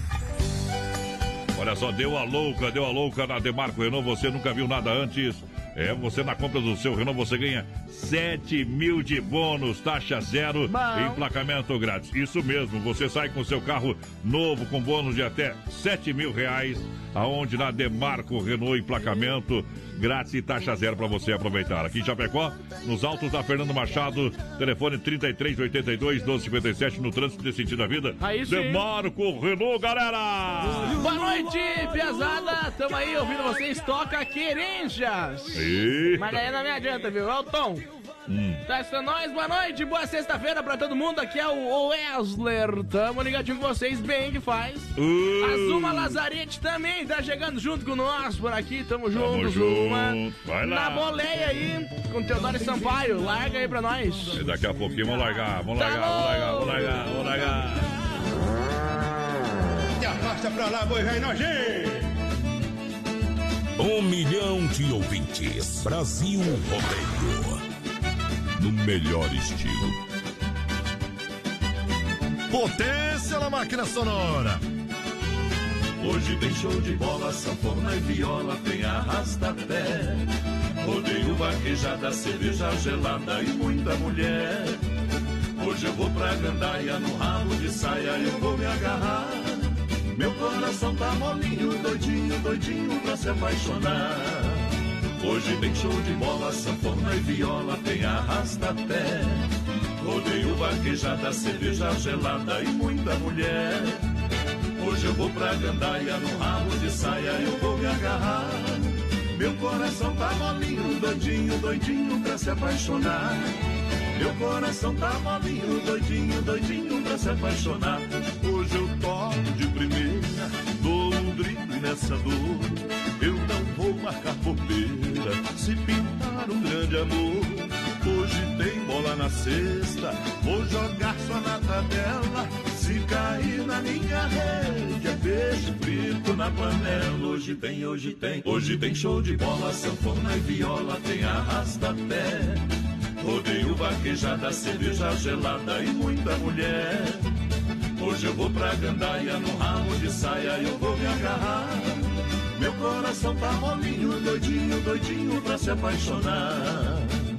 Olha só, deu a louca na Demarco Renault, você nunca viu nada antes. Você na compra do seu Renault, você ganha 7 mil de bônus, taxa zero e emplacamento grátis. Isso mesmo, você sai com seu carro novo com bônus de até 7 mil reais, aonde na Demarco Renault, emplacamento grátis e taxa zero para você aproveitar. Aqui em Chapecó, nos altos da Fernando Machado, telefone 3382-1257, no trânsito desse sentido da vida. Aí sim. Demarco Renault, galera! Boa noite, piazada! Tamo aí ouvindo vocês, toca Querenjas. Mas aí não me adianta, viu? É o Tom. Tá escutando nós? Boa noite, boa sexta-feira pra todo mundo. Aqui é o Wesley. Tamo ligadinho com vocês, bem que faz. A Zuma Lazarete também tá chegando junto com nós por aqui. Tamo junto, Zuma. Vai lá. Na boleia aí, com o Teodoro Sampaio. Larga aí pra nós. E daqui a pouquinho vamos largar. Se afasta pra lá, boi velho nojento. 1 milhão de ouvintes. Brasil Rodeio. No melhor estilo. Potência na máquina sonora. Hoje tem show de bola, sanfona e viola, tem arrasta-pé. Rodeio, vaquejada, cerveja gelada e muita mulher. Hoje eu vou pra gandaia, no rabo de saia eu vou me agarrar. Meu coração tá molinho, doidinho, doidinho pra se apaixonar. Hoje tem show de bola, sanfona e viola, tem arrasta-pé. Rodeio, vaquejada, cerveja gelada e muita mulher. Hoje eu vou pra gandaia, no rabo de saia eu vou me agarrar. Meu coração tá molinho, doidinho, doidinho pra se apaixonar. Meu coração tá molinho, doidinho, doidinho pra se apaixonar. Hoje eu toco de primeira, dou um brilho nessa dor. Eu não vou marcar bobeira, se pintar um grande amor. Hoje tem bola na cesta, vou jogar só na tabela. Se cair na minha rede, é peixe frito na panela. Hoje tem show de bola, sanfona e viola, tem arrasta-pé. Rodeio, vaquejada, vaquejada, cerveja gelada e muita mulher. Hoje eu vou pra gandaia, no ramo de saia eu vou me agarrar. Meu coração tá molinho, doidinho, doidinho pra se apaixonar.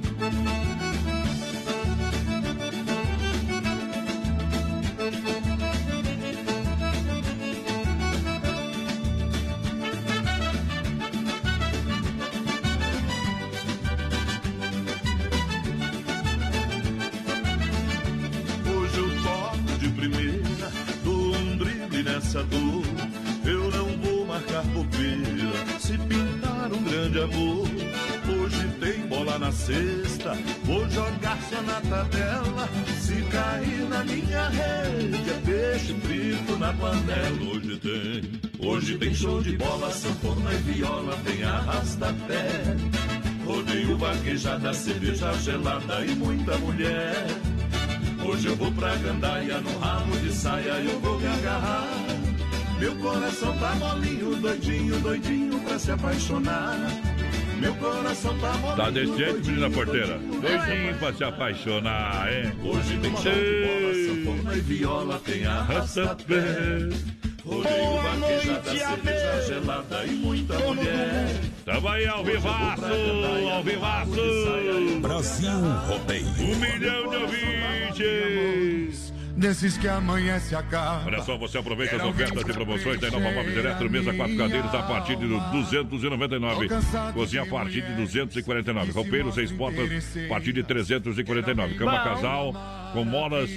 Hoje eu toco de primeira, dou um drible nessa dor. Eu não vou marcar bobeira, se pintar um grande amor. Hoje tem bola na cesta, vou jogar só na tabela. Se cair na minha rede, é peixe frito na panela. Hoje tem show de bola, sanfona e viola, tem arrasta-pé. Rodeio, vaquejada, cerveja gelada e muita mulher. Hoje eu vou pra gandaia, no ramo de saia eu vou me agarrar. Meu coração tá molinho, doidinho, doidinho pra se apaixonar. Meu coração tá molinho. Tá desse jeito, menina porteira. Doidinho pra se apaixonar, hein? Hoje tem show de bola, sanfona e viola, tem arrasta-pé. Rodeio, vaquejada, cerveja gelada e muita mulher. Tamo aí ao vivaço, ao vivaço. Brasil Rodeio. 1 milhão de ouvintes. Desses que amanhece a cara. Olha só, você aproveita as ofertas e promoções da Nova Móveis Eletro, mesa 4 cadeiras a partir de 299. Cozinha a partir de 249. Roupeiro 6 portas a partir de 349. Cama casal com molas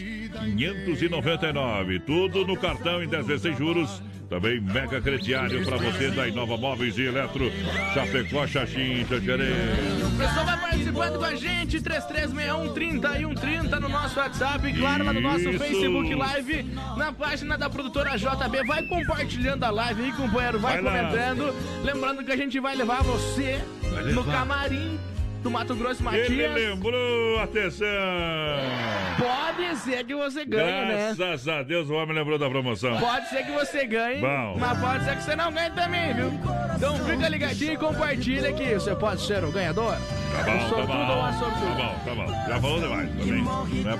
599. Tudo no cartão em 10 vezes sem juros. Também mega crediário para você da Inova Móveis e Eletro, Chapecó, Xaxim, Xanxerê. O pessoal vai participando com a gente, 3361-3130 no nosso WhatsApp, claro, lá no nosso Facebook Live, na página da produtora JB. Vai compartilhando a live aí, companheiro, vai comentando. Lembrando que a gente vai levar você no camarim do Mato Grosso Matias. Ele lembrou, atenção! Pode ser que você ganhe, né? Graças a Deus o homem lembrou da promoção. Pode ser que você ganhe, bom, mas pode ser que você não ganhe também, viu? Então fica ligadinho e compartilha que você pode ser o ganhador. Tá bom, tá bom. Tá bom. Já falou demais também. Não é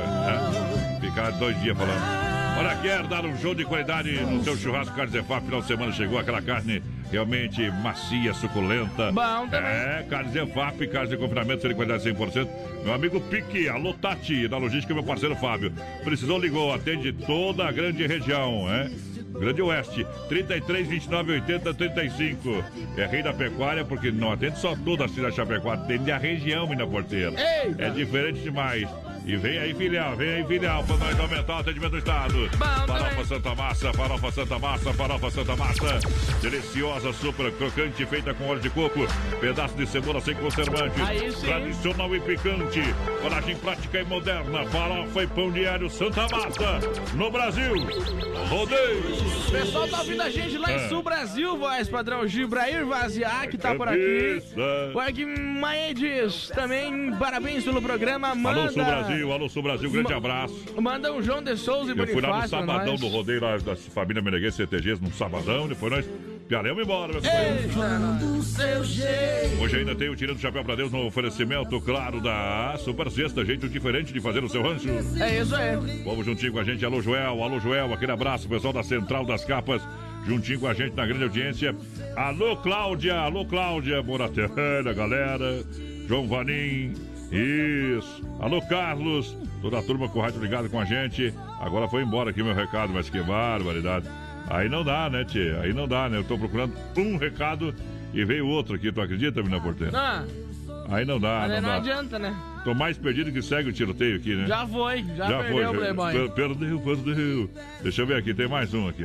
pra ficar 2 dias falando. Olha, quer dar um show de qualidade no seu churrasco Carne Zefap? Final de semana chegou aquela carne realmente macia, suculenta. Bom também. Carne Zefap, carne de confinamento, de qualidade 100%. Meu amigo Pique, alô Tati, da logística, meu parceiro Fábio. Precisou, ligou, atende toda a grande região, Grande Oeste, 33, 29, 80, 35. É rei da pecuária, porque não atende só toda a cidade de Chapecó, atende a região, menina porteira. Eita. É diferente demais. E vem aí, filial, pra nós aumentar o atendimento do estado. Farofa Santa Massa, farofa Santa Massa, farofa Santa Massa. Deliciosa, super crocante, feita com óleo de coco. Pedaço de cebola sem conservante. Tradicional e picante. Coragem prática e moderna. Farofa e pão diário Santa Massa. No Brasil. Rodeio. O pessoal tá ouvindo a gente lá em Sul Brasil, voz padrão Gibrair Vaziar, que tá por aqui. O Arquimedes também, parabéns pelo programa. Manda... Alô Sul Brasil, grande abraço. Manda um João de Souza e Bonifácio. Eu fui lá no sabadão do rodeio lá da família Meneguês CTGs, no sabadão, depois nós piaremos embora, meu do seu jeito. Hoje ainda tem o Tirando o Chapéu pra Deus no oferecimento, claro, da Super Sexta, jeito diferente de fazer o seu rancho. É isso aí. Vamos juntinho com a gente, alô Joel, aquele abraço, pessoal da Central das Capas, juntinho com a gente na grande audiência. Alô Cláudia, Moratena, galera, João Vanim. Isso. Alô, Carlos. Toda a turma com o rádio ligado com a gente. Agora foi embora aqui meu recado, mas que barbaridade. Aí não dá, né, tchê? Aí não dá, né? Eu tô procurando um recado e veio outro aqui. Tu acredita, menina porteira? Aí não dá, não adianta, né? Tô mais perdido que segue o tiroteio aqui, né? Já perdeu, Playboy. Perdeu. Deixa eu ver aqui, tem mais um aqui.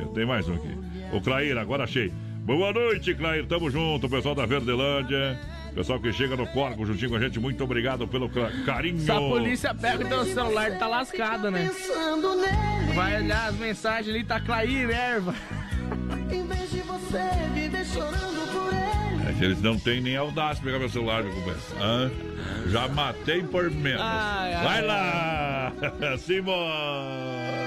O Clair, agora achei. Boa noite, Clair. Tamo junto, pessoal da Verdelândia. Pessoal que chega no Corco juntinho com a gente, muito obrigado pelo carinho. Se a polícia pega o teu celular, tá lascado, né? Vai olhar as mensagens ali, tá Clair, erva. Em vez de você viver chorando por ele. É que eles não têm nem audácia de pegar meu celular, meu companheiro. Já matei por menos. Vai lá, Simão.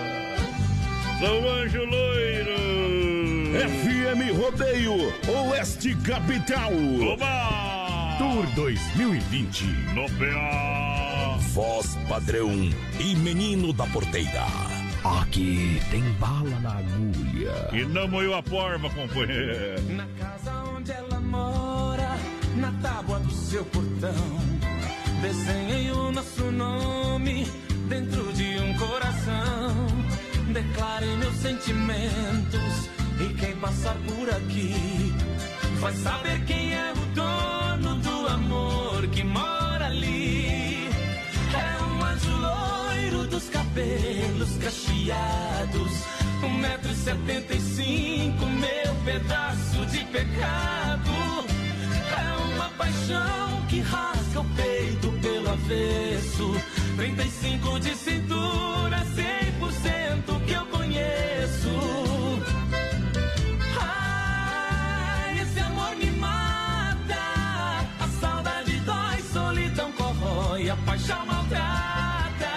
Sou Anjo Loiro. FM Rodeio, Oeste Capital. Oba! Tour 2020. No PA. voz padrão e menino da porteira. Aqui tem bala na agulha. E não moeu a porva, companheiro. Na casa onde ela mora, na tábua do seu portão, desenhei o nosso nome dentro de um coração. Declarei meus sentimentos e quem passar por aqui vai saber quem é o dono do amor que mora ali. É um anjo loiro dos cabelos cacheados, 1,75 m, meu pedaço de pecado. É uma paixão que rasga o peito pelo avesso, 35 de cintura, 100% que eu conheço. Ai, esse amor me mata, a saudade dói, solidão corrói, a paixão maltrata.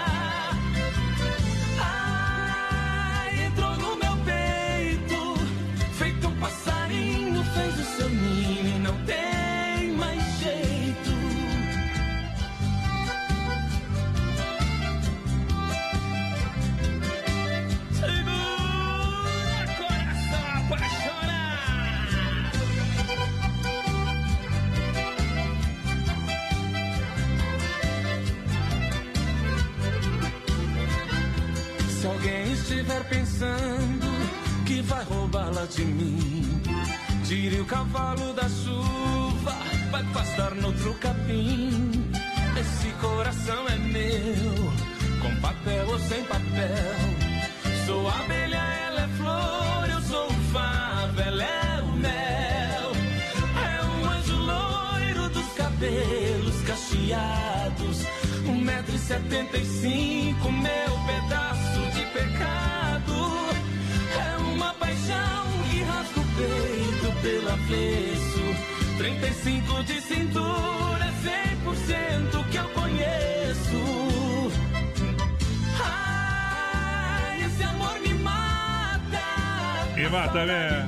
Ai, entrou no meu peito, feito um passarinho, fez o seu ninho e não tem mais jeito. Se alguém estiver pensando que vai roubá-la de mim, tire o cavalo da chuva, vai pastar no outro capim. Esse coração é meu, com papel ou sem papel. Sou abelha, ela é flor, eu sou o favo, ela é o mel. É um anjo loiro dos cabelos cacheados, 1,75 m, meu pedaço de pecado. É uma paixão que rasga o peito pelo avesso, 35 de cintura, 100% que eu conheço. Ai, esse amor me mata. Me mata, né?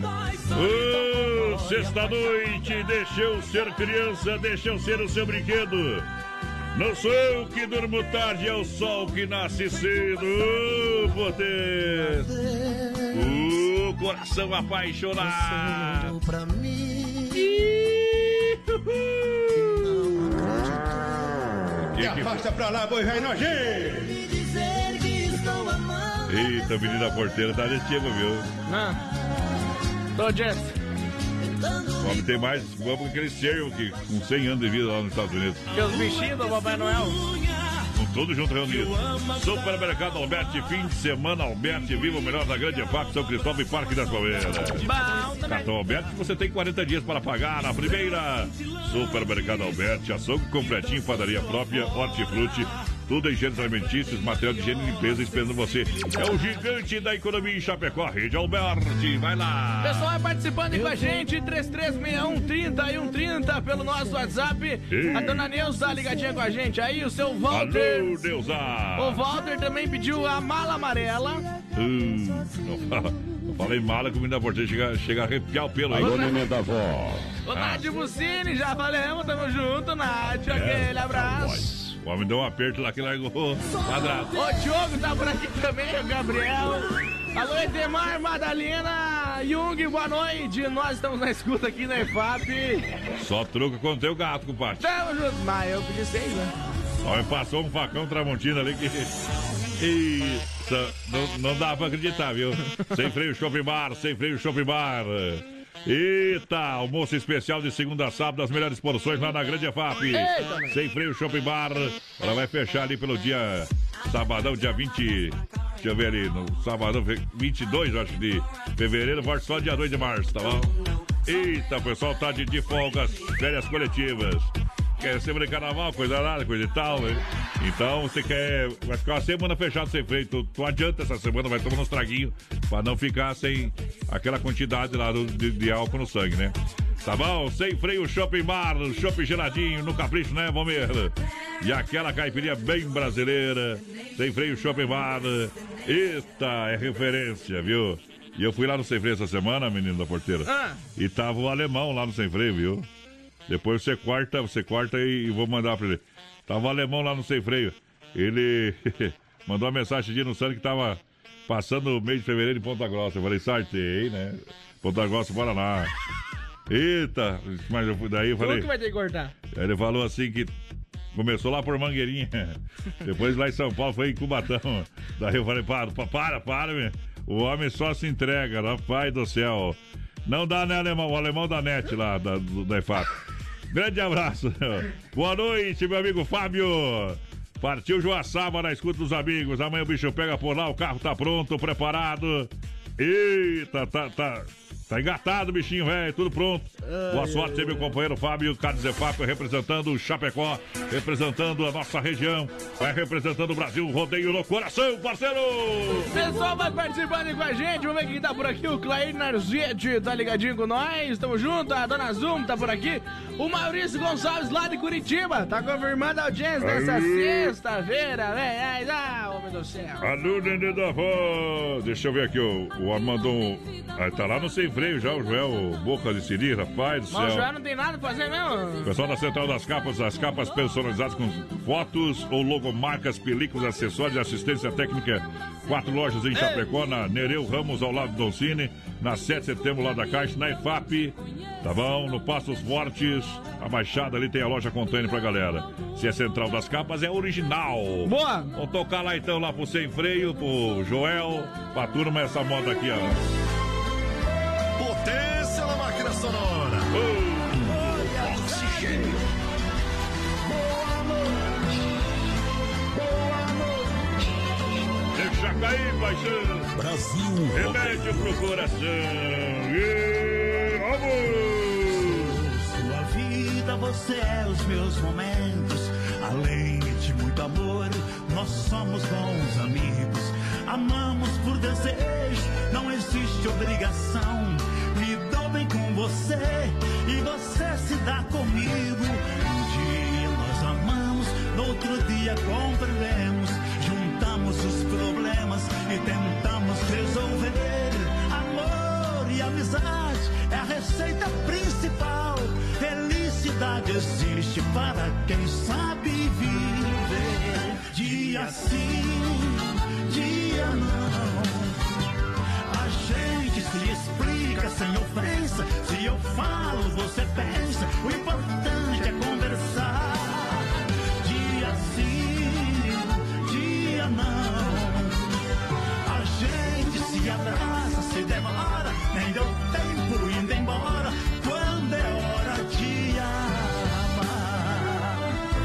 Sexta-noite, deixa eu ser criança, deixa eu ser o seu brinquedo. Não sou eu que durmo tarde, é o sol que nasce cedo. Potência. Coração apaixonado. Pra mim. Que afasta pra lá, boi velho nojento. Eita, menina porteira, tá desse tipo, viu? Não. Tô Jeff. O homem tem mais boa que aquele servo que com 100 anos de vida lá nos Estados Unidos. Que os bichinhos do Papai Noel. Com todos juntos reunidos. Supermercado Alberti, fim de semana Alberti, viva o melhor da Grande FAP, São Cristóvão e Parque das Palmeiras. Cartão Alberti, você tem 40 dias para pagar na primeira. Supermercado Alberti, açougue completinho, padaria própria, hortifruti, tudo em gêneros alimentícios, material de higiene e limpeza esperando você. É o gigante da economia em Chapecó, Rede Alberti, vai lá. Pessoal, vai participando aí com a gente, 3361-30 pelo nosso WhatsApp. A dona Neuza ligadinha com a gente aí, o seu Walter. Alô, Neuza. O Walter também pediu a mala amarela. Não falei mala, comida porteira chega a arrepiar o pelo aí. Alô, neném da avó. O Nádio Bucini, já falamos, tamo junto, Nádio, aquele abraço. O homem deu um aperto lá que largou quadrado. O Diogo tá por aqui também, o Gabriel. Alô, Edemar, Madalena, Jung, boa noite. Nós estamos na escuta aqui na EFAP. Só truca quando tem o gato, compadre. Tamo junto, mas eu pedi 6, né? O homem passou um facão Tramontina ali que... Isso, não dá pra acreditar, viu? Sem freio Shopping Bar, sem freio Shopping Bar. Eita, almoço especial de segunda a sábado, as melhores porções lá na Grande FAP. Sem freio Shopping Bar. Ela vai fechar ali pelo dia sabadão, dia 20. Deixa eu ver ali, no sabadão 22, acho, de fevereiro, volta só dia 2 de março, tá bom? Eita, o pessoal tá de folgas, férias coletivas. Quer ser carnaval, coisa nada, coisa e tal, né? Então você quer. Vai ficar uma semana fechada sem freio. Tu adianta essa semana, vai tomando uns traguinhos pra não ficar sem aquela quantidade lá de álcool no sangue, né? Tá bom? Sem freio Shopping Bar, shopping geladinho, no capricho, né, Valmir? E aquela caipirinha bem brasileira. Sem freio Shopping Bar. Eita, é referência, viu? E eu fui lá no Sem Freio essa semana, menino da porteira. E tava o alemão lá no Sem Freio, viu? Depois você corta e vou mandar pra ele. Tava o alemão lá no Sem Freio. Ele mandou uma mensagem de no Sano que tava passando o mês de fevereiro em Ponta Grossa. Eu falei, sorteio, né? Ponta Grossa, bora lá. Eita, mas daí eu falei... Como que vai ter que cortar? Aí ele falou assim que começou lá por Mangueirinha, depois lá em São Paulo foi em Cubatão. Daí eu falei, para, meu. O homem só se entrega, rapaz do céu. Não dá, né, alemão? O alemão da NET lá, da EFAP. Grande abraço. Boa noite, meu amigo Fábio. Partiu Joaçaba na escuta dos amigos. Amanhã o bicho pega por lá, o carro tá pronto, preparado. Eita, tá engatado, bichinho, velho, tudo pronto. Boa sorte, meu companheiro Fábio Cadzefap, representando o Chapecó, representando a nossa região, vai representando o Brasil, rodeio no coração, parceiro! O pessoal vai participando com a gente, vamos ver quem tá por aqui, o Clair Narzete tá ligadinho com nós, tamo junto, a Dona Zoom tá por aqui, o Maurício Gonçalves lá de Curitiba, tá confirmando a audiência dessa sexta-feira, velho, homem do céu. Alô, Nenê da Vó, deixa eu ver aqui, o homem mandou tá lá no Sem Freio já, o Joel Boca de Siri, rapaz do céu. Mas o Joel não tem nada pra fazer mesmo. Pessoal da Central das Capas, as capas personalizadas com fotos ou logomarcas, películas, acessórios e assistência técnica. 4 lojas em Chapecó, na Nereu Ramos, ao lado do Doncini, na 7 de setembro, lá da Caixa, na EFAP, tá bom? No Passos Fortes, a Baixada ali tem a loja container pra galera. Se é Central das Capas, é original. Boa! Vou tocar lá então, lá pro Sem Freio, pro Joel, pra turma, essa moda aqui, ó. Potência na máquina sonora. Oxigênio. Deixa cair, paixão. Brasil. Remédio pro coração. E vamos! Sua vida, você é os meus momentos. Além de muito amor, nós somos bons amigos. Amamos por desejo, não existe obrigação. Me dou bem com você e você se dá comigo. Um dia nós amamos, no outro dia compreendemos. Juntamos os problemas e tentamos resolver. Amor e amizade é a receita principal. Felicidade existe para quem sabe viver. Dia sim, dia não. A gente se explica sem ofensa. Se eu falo, você pensa. O importante é conversar. Dia sim, dia não. A gente se abraça, se demora. Nem deu tempo indo embora. Quando é hora de amar.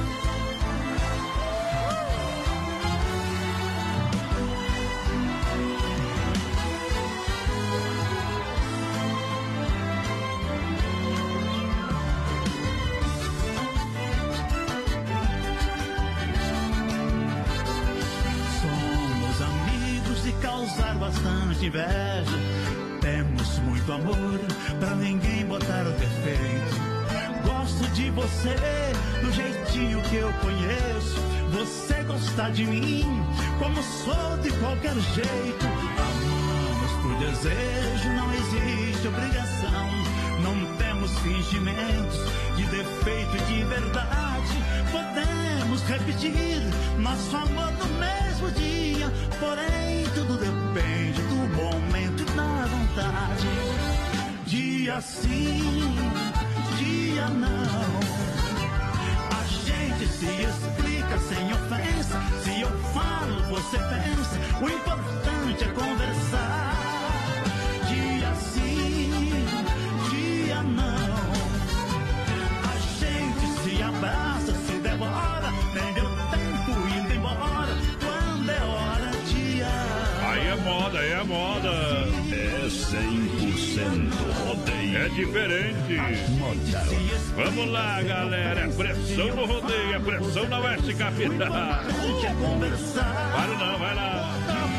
Somos amigos e causar bastante inveja. Temos muito amor pra ninguém botar o defeito. Gosto de você do jeitinho que eu conheço. Você gosta de mim como sou de qualquer jeito. Amamos por desejo, não existe obrigação. Não temos fingimentos de defeito e de verdade. Podemos repetir nosso amor no mesmo dia. Porém tudo depende do momento e da vontade. Dia sim, dia não. A gente se explica sem ofensa. Se eu falo, você pensa. O importante é conversar. Dia sim, dia não. A gente se abraça, se devora. Nem deu tempo indo embora. Quando é hora de amar. Aí é moda, aí é moda. É 100% rodeio. É diferente. Vamos lá, galera. É pressão no rodeio, é pressão na Oeste Capital. Para não, vai lá.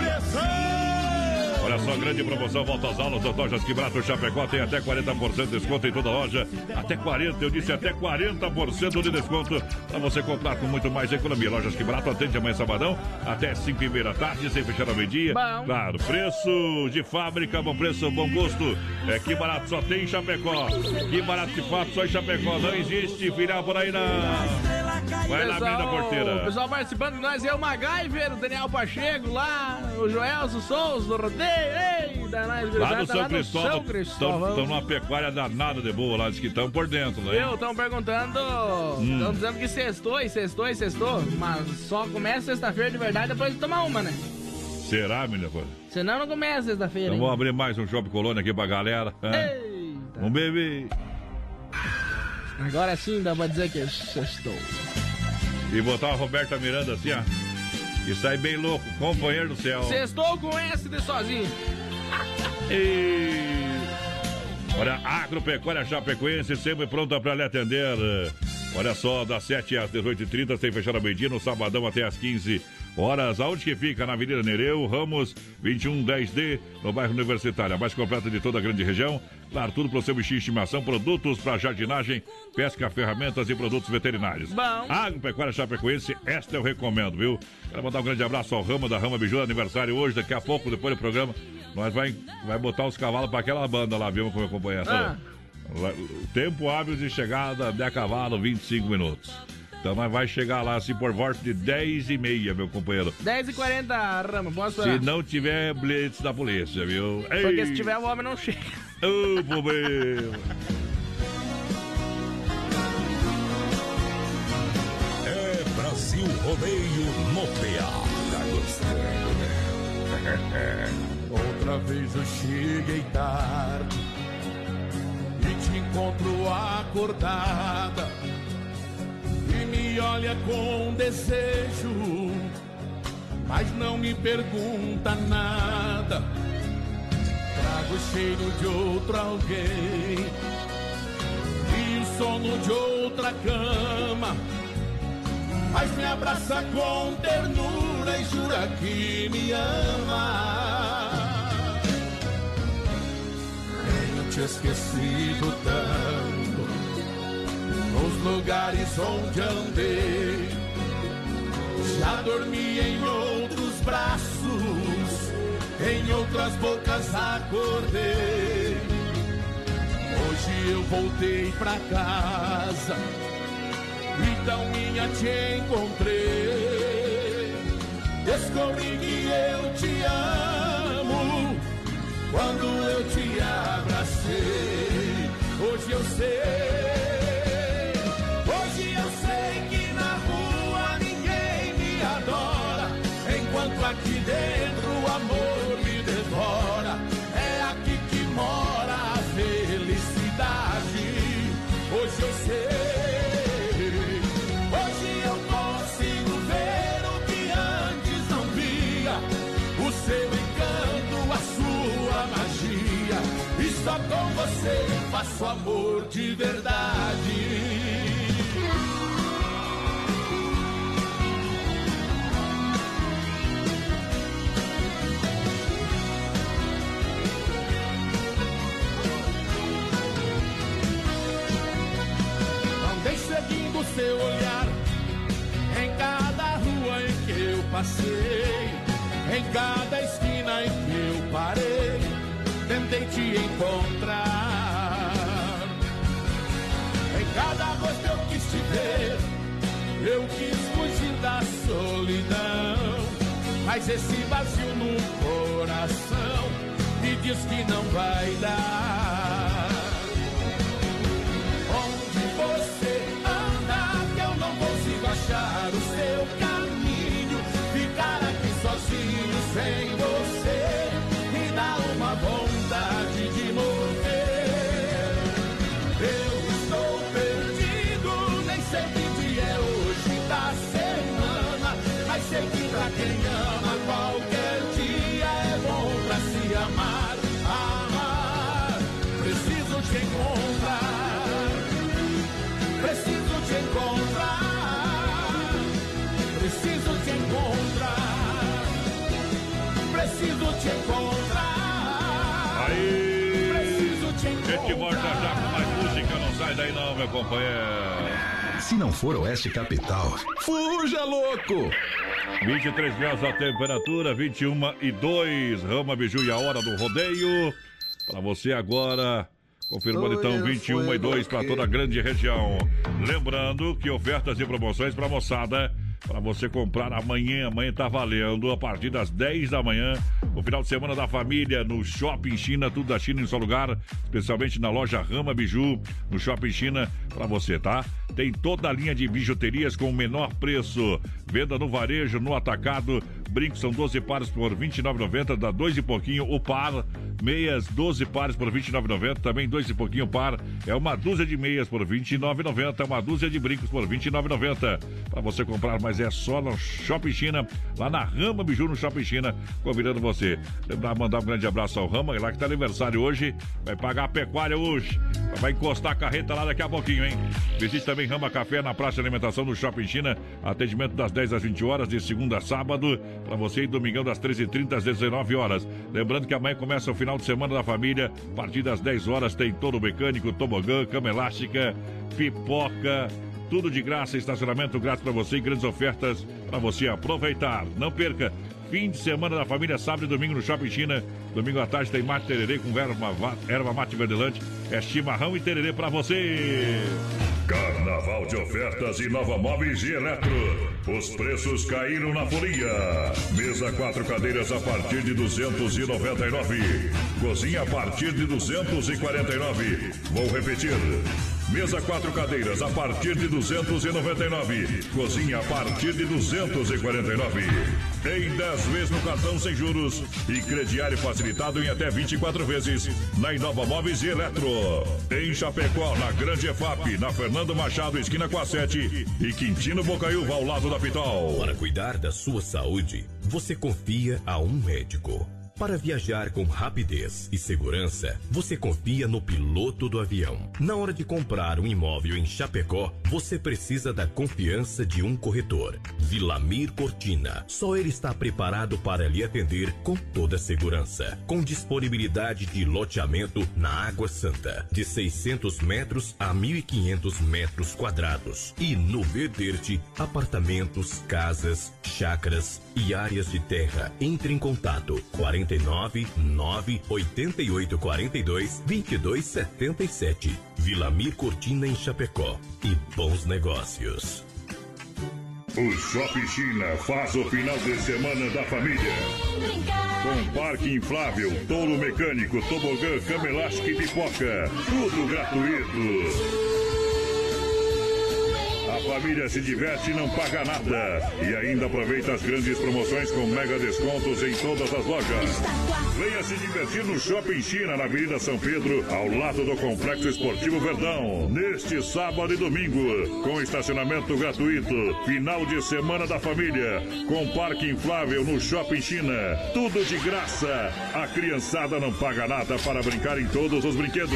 Olha só, grande promoção, volta às aulas das lojas Quebrato Chapecó, tem até 40% de desconto em toda a loja. Até 40%, eu disse até 40% de desconto para você comprar com muito mais economia. Lojas Quebrato atende amanhã sabadão até 5h30 da tarde, sem fechar ao meio-dia. Claro, preço de fábrica, bom preço, bom gosto. É Que Barato só tem em Chapecó. Que Barato de fato só em Chapecó. Não existe filial por aí não. Vai lá, menina porteira. O pessoal participando de nós é o MacGyver, o Daniel Pacheco lá, o Joelso Souza do Rodeio. Ei, lá no São Cristóvão. Estão numa pecuária danada de boa lá, diz que estão por dentro, né? Estão perguntando, estão dizendo que sextou. Mas só começa sexta-feira de verdade depois de tomar uma, né? Será, menina? Senão não começa sexta-feira. Então vamos abrir mais um Shopping Colônia aqui pra galera. Eita. Um bebê. Agora sim dá pra dizer que sextou. E botar a Roberta Miranda assim, ó. E sai bem louco, companheiro do céu. Sextou com S de sozinho. Olha, Agropecuária Chapecoense sempre pronta pra lhe atender. Olha só, das 7 às 18h30, sem fechar a meio-dia, no sabadão até às 15 horas. Aonde que fica? Na Avenida Nereu, Ramos 2110D, no bairro Universitário. A mais completa de toda a grande região. Claro, tudo para o seu bichinho de estimação, produtos para jardinagem, pesca, ferramentas e produtos veterinários. Bom. Agropecuária Chapecoense, esta eu recomendo, viu? Quero mandar um grande abraço ao Rama da Rama Biju, aniversário hoje, daqui a pouco, depois do programa, nós vai botar os cavalos para aquela banda lá, viu, como eu acompanho essa. Tempo hábil de chegada de cavalo, 25 minutos. Então nós vai chegar lá assim por volta de 10h30, meu companheiro. 10h40, Rama, posso esperar? Se não tiver blitz da polícia, viu? Porque se tiver o homem não chega. Ô, problema. É Brasil Rodeio no PA. Tá gostando, né? Outra vez eu cheguei tarde e te encontro acordada e me olha com desejo, mas não me pergunta nada. Trago o cheiro de outro alguém e o sono de outra cama, mas me abraça com ternura e jura que me ama. Tenho te esquecido tanto nos lugares onde andei, já dormi em outros braços, em outras bocas acordei. Hoje eu voltei pra casa e tão minha te encontrei. Descobri que eu te amo quando eu te abracei. Hoje eu sei que na rua ninguém me adora, enquanto aqui dentro o amor me devora. É aqui que mora a felicidade. Hoje eu sei, hoje eu consigo ver o que antes não via, o seu encanto, a sua magia, e só com você faço amor de verdade. Seguindo seu olhar em cada rua em que eu passei, em cada esquina em que eu parei, tentei te encontrar. Em cada rosto eu quis te ver, eu quis fugir da solidão, mas esse vazio no coração me diz que não vai dar. Onde você achar o seu caminho, ficar aqui sozinho sem você me dá uma vontade de morrer. Eu estou perdido, nem sei que dia é hoje da semana, mas sei que pra quem ama qualquer dia é bom pra se amar. Amar, preciso te encontrar, preciso te encontrar. Preciso te encontrar, preciso te encontrar. Aí, preciso te encontrar. gente morta já com mais música, não sai daí não, meu companheiro. Se não for Oeste Capital, fuja louco! 23 graus a temperatura, 21:02, Rama Biju e a hora do rodeio. Pra você agora, Confirmando então 21 e 2 para toda a grande região. Lembrando que ofertas e promoções para moçada, para você comprar amanhã. Amanhã tá valendo a partir das 10 da manhã. O final de semana da família no Shopping China, tudo da China em seu lugar, especialmente na loja Rama Biju, no Shopping China, para você, tá? Tem toda a linha de bijuterias com o menor preço. Venda no varejo, no atacado. Brincos são 12 pares por R$ 29,90, dá 2 e pouquinho o par. Meias, 12 pares por R$ 29,90, também 2 e pouquinho o par. É uma dúzia de meias por R$ 29,90, uma dúzia de brincos por R$ 29,90. Para você comprar, mas é só no Shopping China, lá na Rama Biju, no Shopping China, convidando você. Lembrar, mandar um grande abraço ao Rama, lá que tá aniversário hoje, vai pagar a pecuária hoje, vai encostar a carreta lá daqui a pouquinho, hein? Visite também Rama Café na Praça de Alimentação do Shopping China, atendimento das 10 às 20 horas, de segunda a sábado, para você, e domingão das 13h30 às 19 horas. Lembrando que amanhã começa o final de semana da família, a partir das 10 horas tem todo mecânico, tobogã, cama elástica, pipoca, tudo de graça, estacionamento grátis para você e grandes ofertas para você aproveitar. Não perca, fim de semana da família, sábado e domingo no Shopping China. Domingo à tarde tem mate tererê com erva mate verdelante, é chimarrão e tererê para você. Carnaval de ofertas e Nova Móveis e Eletro. Os preços caíram na folia. Mesa 4 cadeiras a partir de R$ 299. Cozinha a partir de R$ 249. Vou repetir. Mesa 4 cadeiras a partir de R$ 299. Cozinha a partir de R$ 249. Em 10 vezes no cartão sem juros e crediário facilitado em até 24 vezes na Inova Móveis e Eletro. Em Chapecó, na Grande EFAP, na Fernando Machado, esquina com a 7 e Quintino Bocaiúva, ao lado da Pitol. Para cuidar da sua saúde, você confia a um médico. Para viajar com rapidez e segurança, você confia no piloto do avião. Na hora de comprar um imóvel em Chapecó, você precisa da confiança de um corretor. Vilamir Cortina. Só ele está preparado para lhe atender com toda segurança. Com disponibilidade de loteamento na Água Santa, de 600 metros a 1.500 metros quadrados. E no Verde, apartamentos, casas, chácaras e áreas de terra. Entre em contato 49 988 42 22 77. Vilamir Cortina em Chapecó. E bons negócios. O Shopping China faz o final de semana da família. Com parque inflável, touro mecânico, tobogã, cama elástica e pipoca. Tudo gratuito. A família se diverte e não paga nada. E ainda aproveita as grandes promoções com mega descontos em todas as lojas. Venha se divertir no Shopping China, na Avenida São Pedro, ao lado do Complexo Esportivo Verdão. Neste sábado e domingo, com estacionamento gratuito. Final de semana da família, com parque inflável no Shopping China. Tudo de graça. A criançada não paga nada para brincar em todos os brinquedos.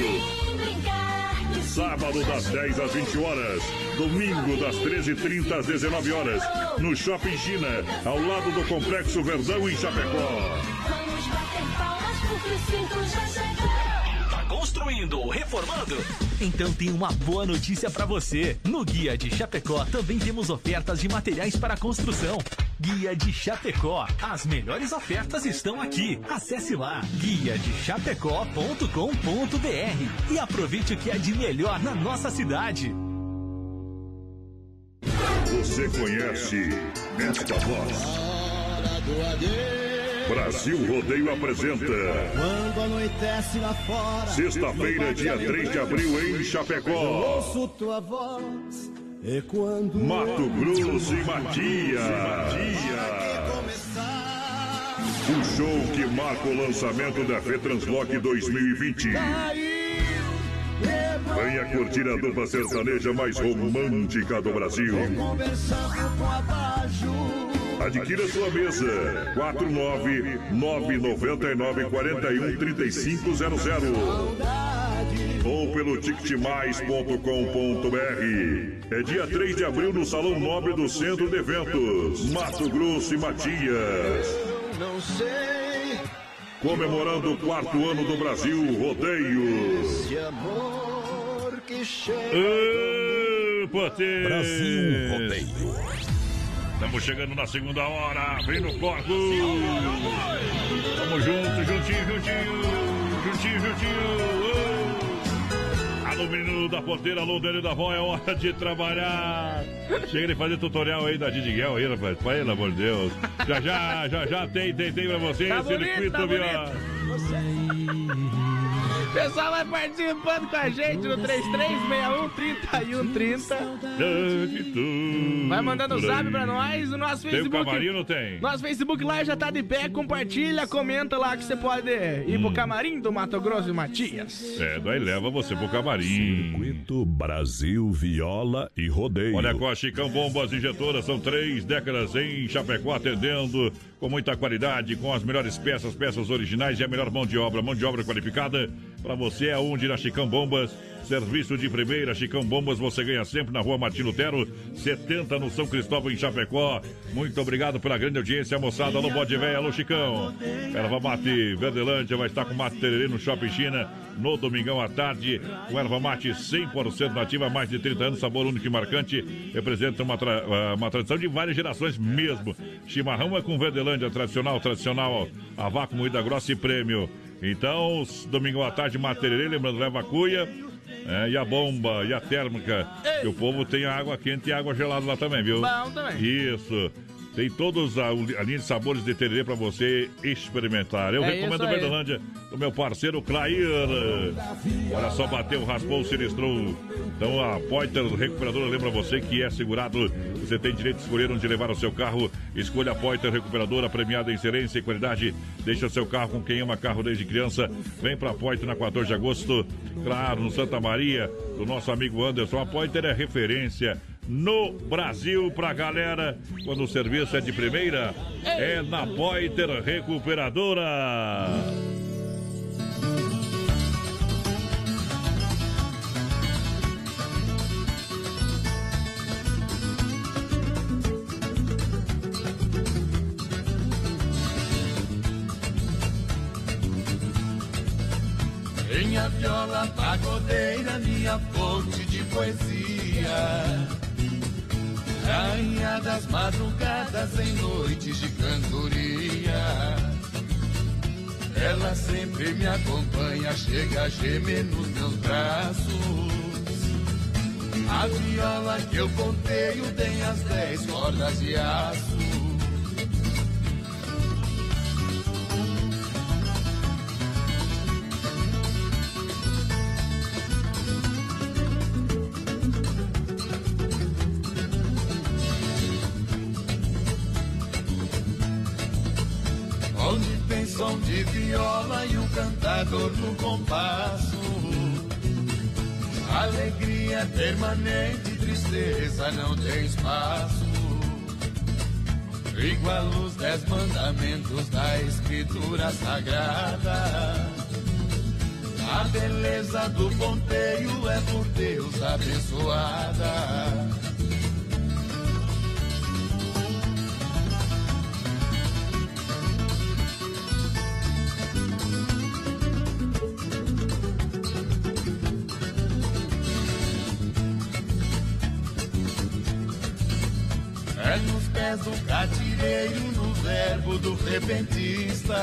Sábado das 10 às 20 horas. Domingo das 13h30 às 19 horas. No Shopping China, ao lado do Complexo Verdão em Chapecó. Vamos bater palmas porque o cinto já chegou. Tá construindo ou reformando? Então tem uma boa notícia pra você. No Guia de Chapecó também temos ofertas de materiais para construção. Guia de Chapecó. As melhores ofertas estão aqui. Acesse lá guiadechapecó.com.br e aproveite o que é de melhor na nossa cidade. Você conhece esta voz? Brasil Rodeio apresenta Quando anoitece lá fora, sexta-feira, dia 3 de abril, em Chapecó. ouço tua voz ecoando. Mato Grosso e Matias. O show que marca o lançamento da FETranslock 2020. Venha curtir a dupla sertaneja mais romântica do Brasil. Conversando com abaixo. Adquira sua mesa 49999413500 ou pelo ticketmais.com.br. É dia 3 de abril no Salão Nobre do Centro de Eventos, Mato Grosso e Matias. Não sei. Comemorando o 4º ano do Brasil Rodeio. Esse amor que chega. Brasil Rodeio. Estamos chegando na segunda hora, vem no corpo. Tamo junto, juntinho. Alô, menino da porteira, alô, Dani da Vó, é hora de trabalhar. Chega de fazer tutorial aí da Didiguel aí, rapaz. Pelo amor de Deus. Já tem pra você, tá circuito tá viola. O pessoal vai participando com a gente no 3361-3130. Vai mandando o zap pra nós. O nosso Facebook. Tem o camarim ou não tem? Nosso Facebook lá já tá de pé. Compartilha, comenta lá que você pode ir pro camarim do Mato Grosso e Matias. Daí leva você pro camarim. Circuito Brasil Viola e Rodeio. Olha, com a Chicão Bombas Injetoras, são 3 décadas em Chapecó, atendendo com muita qualidade, com as melhores peças originais e a melhor mão de obra qualificada. Pra você é onde na Chicão Bombas, serviço de primeira. Chicão Bombas você ganha sempre na Rua Martim Lutero, 70 no São Cristóvão, em Chapecó. Muito obrigado pela grande audiência, moçada. Alô, Bode Véia, alô, Chicão. Erva Mate Verdelândia vai estar com Mate Tererê no Shopping China no domingão à tarde, com erva mate 100% nativa, há mais de 30 anos, sabor único e marcante, representa uma tradição de várias gerações mesmo. Chimarrão é com Verdelândia, tradicional, a vácuo, moída grossa e prêmio. Então, domingão à tarde, Mate Tererê, lembrando, leva a cuia, e a bomba, e a térmica. E o povo tem água quente e água gelada lá também, viu? Bom também. Isso. Tem todos a linha de sabores de tererê pra você experimentar. Eu recomendo a Verdelândia do meu parceiro Clair. Olha só, bateu, raspou, sinistrou. Então a Poiter Recuperadora lembra você que é segurado. Você tem direito de escolher onde levar o seu carro. Escolha a Poiter Recuperadora, premiada em excelência e qualidade. Deixa seu carro com quem ama carro desde criança. Vem pra Poiter na 14 de agosto. Claro, no Santa Maria, do nosso amigo Anderson. A Poiter é referência no Brasil pra galera. Quando o serviço é de primeira, é na Poiter Recuperadora. Minha viola pagodeira, minha fonte de poesia, rainha das madrugadas em noites de cantoria. Ela sempre me acompanha, chega a gemer nos meus braços. A viola que eu ponteio tem as 10 cordas de aço. Som de viola e um cantador no compasso. Alegria permanente, tristeza não tem espaço. Igual os 10 mandamentos da escritura sagrada. A beleza do ponteio é por Deus abençoada. É nos pés do catireiro, no verbo do repentista.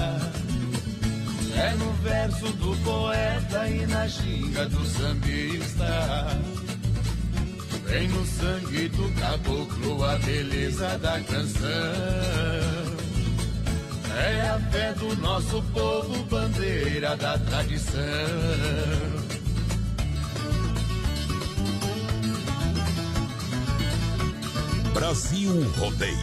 É no verso do poeta e na ginga do sambista. Vem no sangue do caboclo a beleza da canção. É a fé do nosso povo, bandeira da tradição. Brasil Rodeio.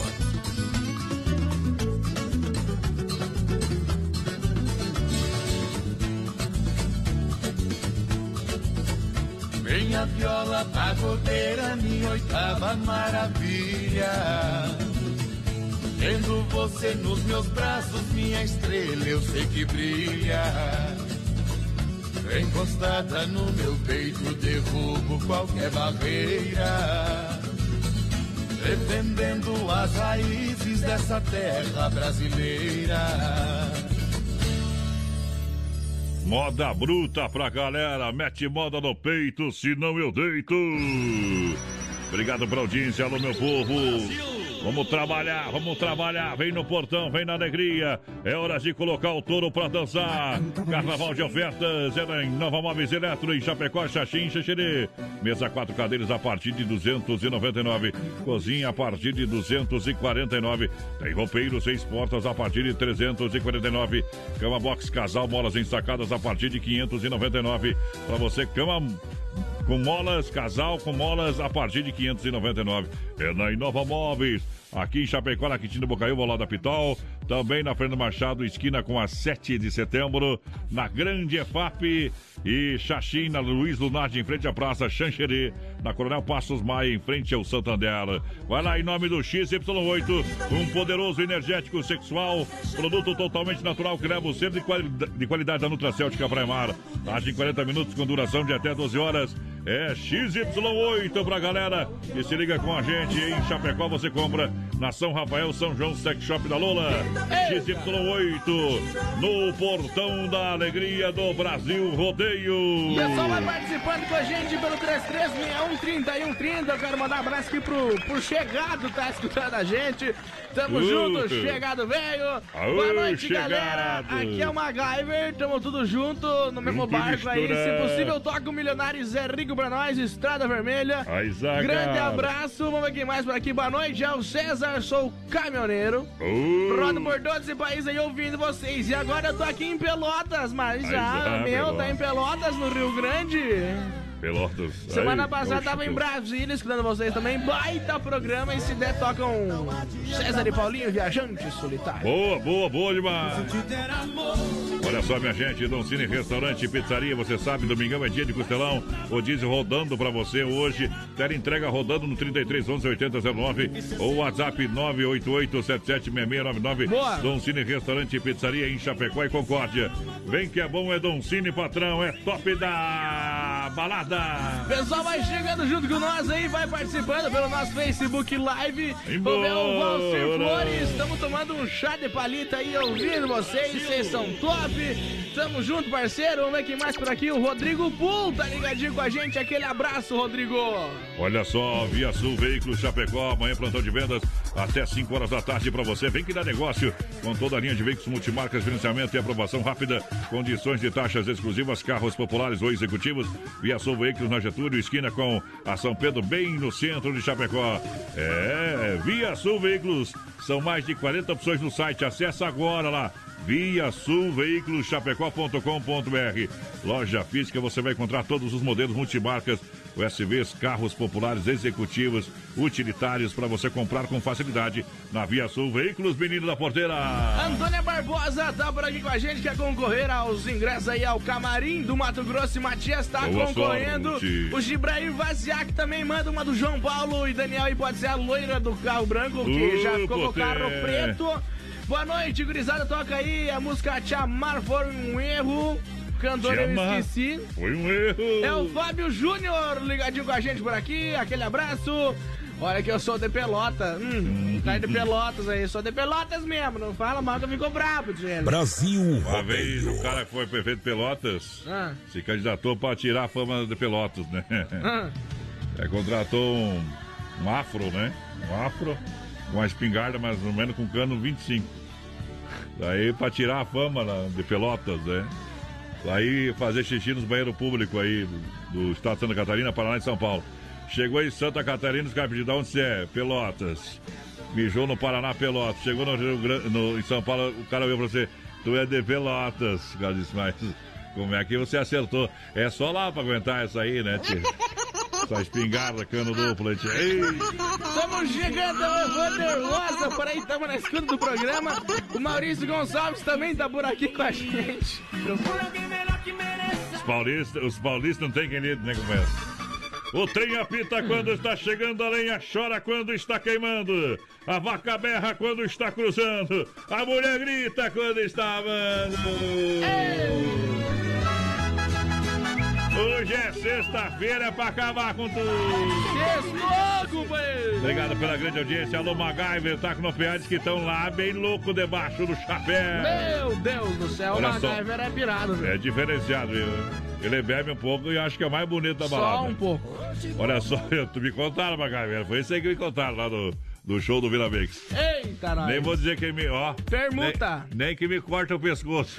Minha viola pagodeira, minha oitava maravilha. Tendo você nos meus braços, minha estrela eu sei que brilha. Encostada no meu peito, derrubo qualquer barreira. Defendendo as raízes dessa terra brasileira. Moda bruta pra galera, mete moda no peito, senão eu deito. Obrigado pela audiência, alô meu povo. Vamos trabalhar, vem no portão, vem na alegria. É hora de colocar o touro pra dançar. Carnaval de ofertas, é em Nova Móveis Eletro, em Chapecó, Xaxim, Xixiri. Mesa 4 cadeiras a partir de 299. Cozinha a partir de 249. Tem roupeiro 6 portas a partir de 349. Cama box casal, molas ensacadas a partir de 599. Pra você, cama com molas, casal com molas a partir de 599. É na Inova Móveis, aqui em Chapecó, na Quintino Bocaiúva, ao lado da Pitol. Também na Fernando Machado, esquina com a 7 de setembro. Na Grande EFAP e Xaxim, na Luiz Lunardi, em frente à Praça Xanxerê. Na Coronel Passos Maia, em frente ao Santander. Vai lá em nome do XY8, um poderoso energético sexual. Produto totalmente natural que leva o selo de qualidade da Nutracêutica Praia Mar. Age em 40 minutos com duração de até 12 horas. É XY8 pra galera que se liga com a gente. Em Chapecó você compra na São Rafael, São João Sex Shop da Lola. XY8 no Portão da Alegria do Brasil Rodeio. O pessoal vai participando com a gente pelo 3361-3130. Eu quero mandar um abraço aqui pro Chegado, tá escutando a gente. Tamo junto, Chegado velho. Boa noite, Chegado. Galera. Aqui é o MacGyver, tamo tudo junto no mesmo barco aí. Se possível, toca o Milionário Zé Rico pra nós, Estrada Vermelha. Grande abraço, vamos ver quem mais por aqui. Boa noite, é o César, sou caminhoneiro. Rodo por todos esse país aí ouvindo vocês. E agora eu tô aqui em Pelotas, mas já, tá em Pelotas, no Rio Grande. Pelotas. Semana passada tava em Brasília escutando vocês também. Baita programa. E se der, tocam César e Paulinho, Viajante Solitário. Boa demais. Olha só, minha gente, Don Cine Restaurante e Pizzaria, você sabe, domingão é dia de costelão. O diesel rodando pra você hoje. Tela entrega rodando no 33 11 8009 ou WhatsApp 988776699. Don Cine Restaurante e Pizzaria em Chapecó e Concórdia. Vem que é bom, é Don Cine, patrão, é top da balada. Pessoal vai chegando junto com nós aí, vai participando pelo nosso Facebook Live. Vou ver o Valcir Flores, estamos tomando um chá de palita aí, ouvindo vocês são top. Tamo junto, parceiro. Vamos ver quem mais por aqui, o Rodrigo Bull tá ligadinho com a gente, aquele abraço, Rodrigo. Olha só, Via Sul Veículos Chapecó, amanhã plantão de vendas até 5 horas da tarde pra você. Vem que dá negócio com toda a linha de veículos multimarcas, financiamento e aprovação rápida, condições de taxas exclusivas, carros populares ou executivos. Via Sul Veículos na Getúlio, esquina com a São Pedro, bem no centro de Chapecó. Via Sul Veículos, são mais de 40 opções no site, acessa agora lá, viasulveiculoschapecó.com.br. Loja física, você vai encontrar todos os modelos multimarcas, USVs, carros populares, executivos, utilitários, para você comprar com facilidade na Via Sul Veículos, Menino da Porteira. Antônia Barbosa tá por aqui com a gente, quer concorrer aos ingressos aí ao Camarim do Mato Grosso, e Matias tá concorrendo. Sorte. O Gibrair Vaziak também manda uma do João Paulo e Daniel, e pode ser a loira do carro branco, que já ficou com o carro preto. Boa noite, gurizada, toca aí a música Te Amar Foi um Erro. Cantor eu esqueci. Foi um erro. É o Fábio Júnior ligadinho com a gente por aqui, aquele abraço. Olha que eu sou de Pelota. Tá de Pelotas aí, sou de Pelotas mesmo. Não fala mal que eu fico bravo, gente. Brasil. Uma vez o cara que foi prefeito de Pelotas se candidatou pra tirar a fama de Pelotas, né? Contratou um afro, né? Um afro, uma espingarda mais ou menos com cano 25. Daí pra tirar a fama de Pelotas, né? Daí fazer xixi nos banheiros públicos aí do estado de Santa Catarina, Paraná e São Paulo. Chegou em Santa Catarina, os caras pediram, de onde você é? Pelotas. Mijou no Paraná, Pelotas. Chegou em São Paulo, o cara olhou pra você, tu é de Pelotas. O cara disse, mas como é que você acertou? É só lá pra aguentar essa aí, né, tio? Só espingarda, cano duplo, tio. Estamos chegando ao Evander Rosa, por aí estamos na escuta do programa. O Maurício Gonçalves também tá por aqui com a gente. Os paulistas não tem quem lide, né, companheiro? O trem apita quando está chegando, a lenha chora quando está queimando, a vaca berra quando está cruzando, a mulher grita quando está amando. Hoje é sexta-feira pra acabar com tudo. Logo, velho. Obrigado pela grande audiência. Alô, MacGyver, tá com Peades que estão lá bem louco debaixo do chapéu. Meu Deus do céu, o MacGyver é pirado, viu? É diferenciado, viu? Ele bebe um pouco e acho que é o mais bonito da balada. Só um pouco. Olha só, tu me contaram, MacGyver. Foi isso aí que me contaram lá do show do Vila Mix. Eita, nós. Nem vou dizer quem me... Ó, permuta. Nem que me corta o pescoço.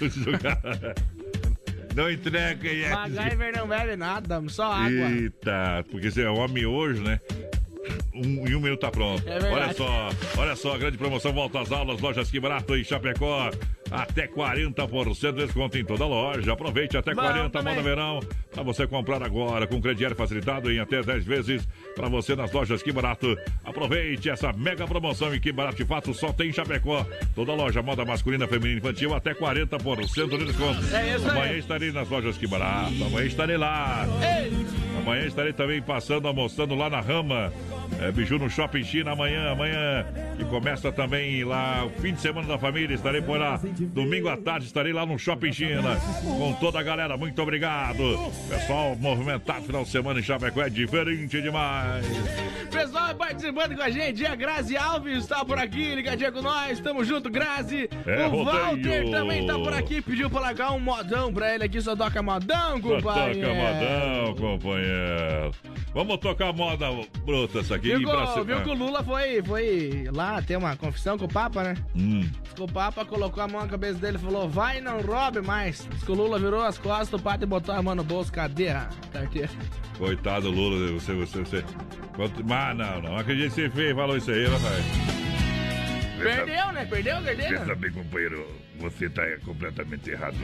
Não entrega quem é. MacGyver não bebe nada, só água. Eita, porque você é homem hoje, né? Em um minuto tá pronto. Olha só, a grande promoção volta às aulas, Lojas Que Barato em Chapecó. Até 40% de desconto em toda a loja. Aproveite até 40 moda verão para você comprar agora com crediário facilitado em até 10 vezes para você nas Lojas Que Barato. Aproveite essa mega promoção em Que Barato de fato só tem em Chapecó. Toda loja moda masculina, feminina e infantil até 40% de desconto. É isso aí. Amanhã estarei nas Lojas Que Barato. Amanhã estarei lá. Amanhã estarei também passando, almoçando lá na Rama. Biju no Shopping China amanhã, que começa também lá o fim de semana da família, estarei por lá, domingo à tarde estarei lá no Shopping China, com toda a galera, muito obrigado, pessoal movimentado, final de semana em Chapecó é diferente demais. Pessoal participando com a gente, a Grazi Alves está por aqui, ligadinha com nós, tamo junto, Grazi. O Walter também tá por aqui, pediu pra largar um modão pra ele aqui, só toca modão, companheiro. Só toca modão, companheiro. Vamos tocar moda bruta essa aqui. Viu que o Lula foi lá ter uma confissão com o Papa, né? O Papa colocou a mão na cabeça dele e falou, vai, não roube mais. Diz que o Lula virou as costas do Papa e botou a mão no bolso. Cadê a carteira? Coitado Lula, você. Mas não acredito que você fez, falou isso aí, rapaz. Perdeu, né? Perdeu a carteira. Pensa bem, companheiro, você tá completamente errado.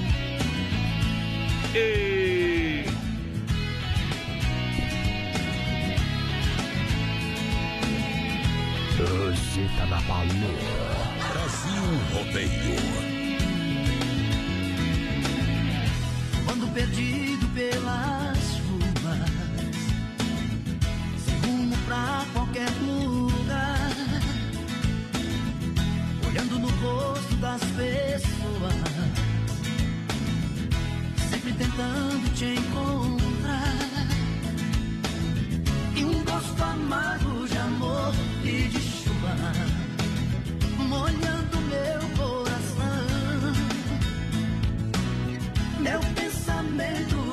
E... Hoje tá na Palmeira. Brasil Rodeio. Quando perdido pelas ruas, sem rumo pra qualquer lugar, olhando no rosto das pessoas, sempre tentando te encontrar, e um gosto amargo de amor e de chuva molhando meu coração. Meu pensamento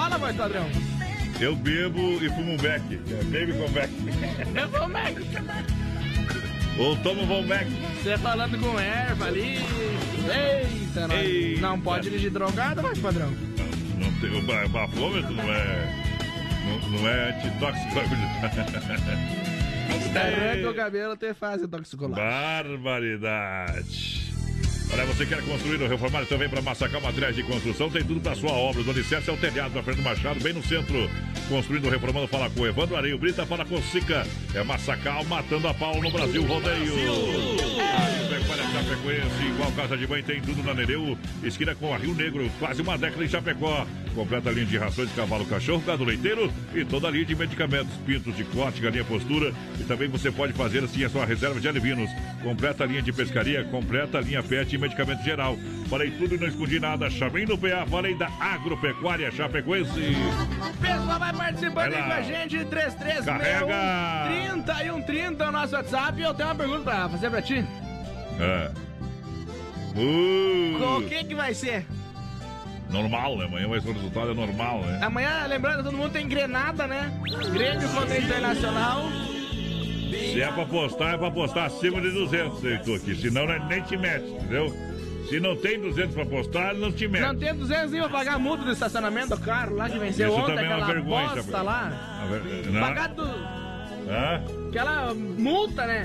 Fala, voz padrão. Eu bebo e fumo um beck. Bebe com beck. Eu fumo beck. Ou tomo um beck. Você falando com erva ali. Eita, não pode dirigir drogado, voz padrão. Não tem, o bafômetro não é antitóxico. Arranca o cabelo até fase toxicolado. Barbaridade. Olha, você quer construir ou reformar, então vem para Massacal Materiais de Construção, tem tudo para sua obra. Do Alicerce é o telhado, na frente do Machado, bem no centro. Construindo ou reformando, fala com Evandro Areio. Brita, fala com Sica. É Massacal, matando a pau no Brasil Rodeio. Pecuária Chapecoense, igual casa de banho, tem tudo na Nereu. Esquina com a Rio Negro, quase uma década em Chapecó. Completa a linha de rações de cavalo, cachorro, gado leiteiro e toda a linha de medicamentos, pintos de corte, galinha postura. E também você pode fazer assim a sua reserva de alevinos. Completa a linha de pescaria, completa a linha pet e medicamento geral. Falei tudo e não escondi nada. Chamei no PA, falei da Agropecuária Chapecoense. O pessoal vai participando aí com a gente. 3361 30 e 130 no nosso WhatsApp. E eu tenho uma pergunta pra fazer pra ti. O que vai ser? Normal, né? Amanhã vai ser o resultado, é normal, né? Amanhã, lembrando, todo mundo tem Grenada, né? Grêmio contra Internacional. Se é pra postar acima de 200, eu tô aqui. Senão nem te mete, entendeu? Se não tem 200 pra postar, não te mete. Não tem 200 nem pra pagar a multa do estacionamento do carro lá que venceu isso ontem, também é uma aquela vergonha, bosta lá. Pagar do... Aquela multa, né?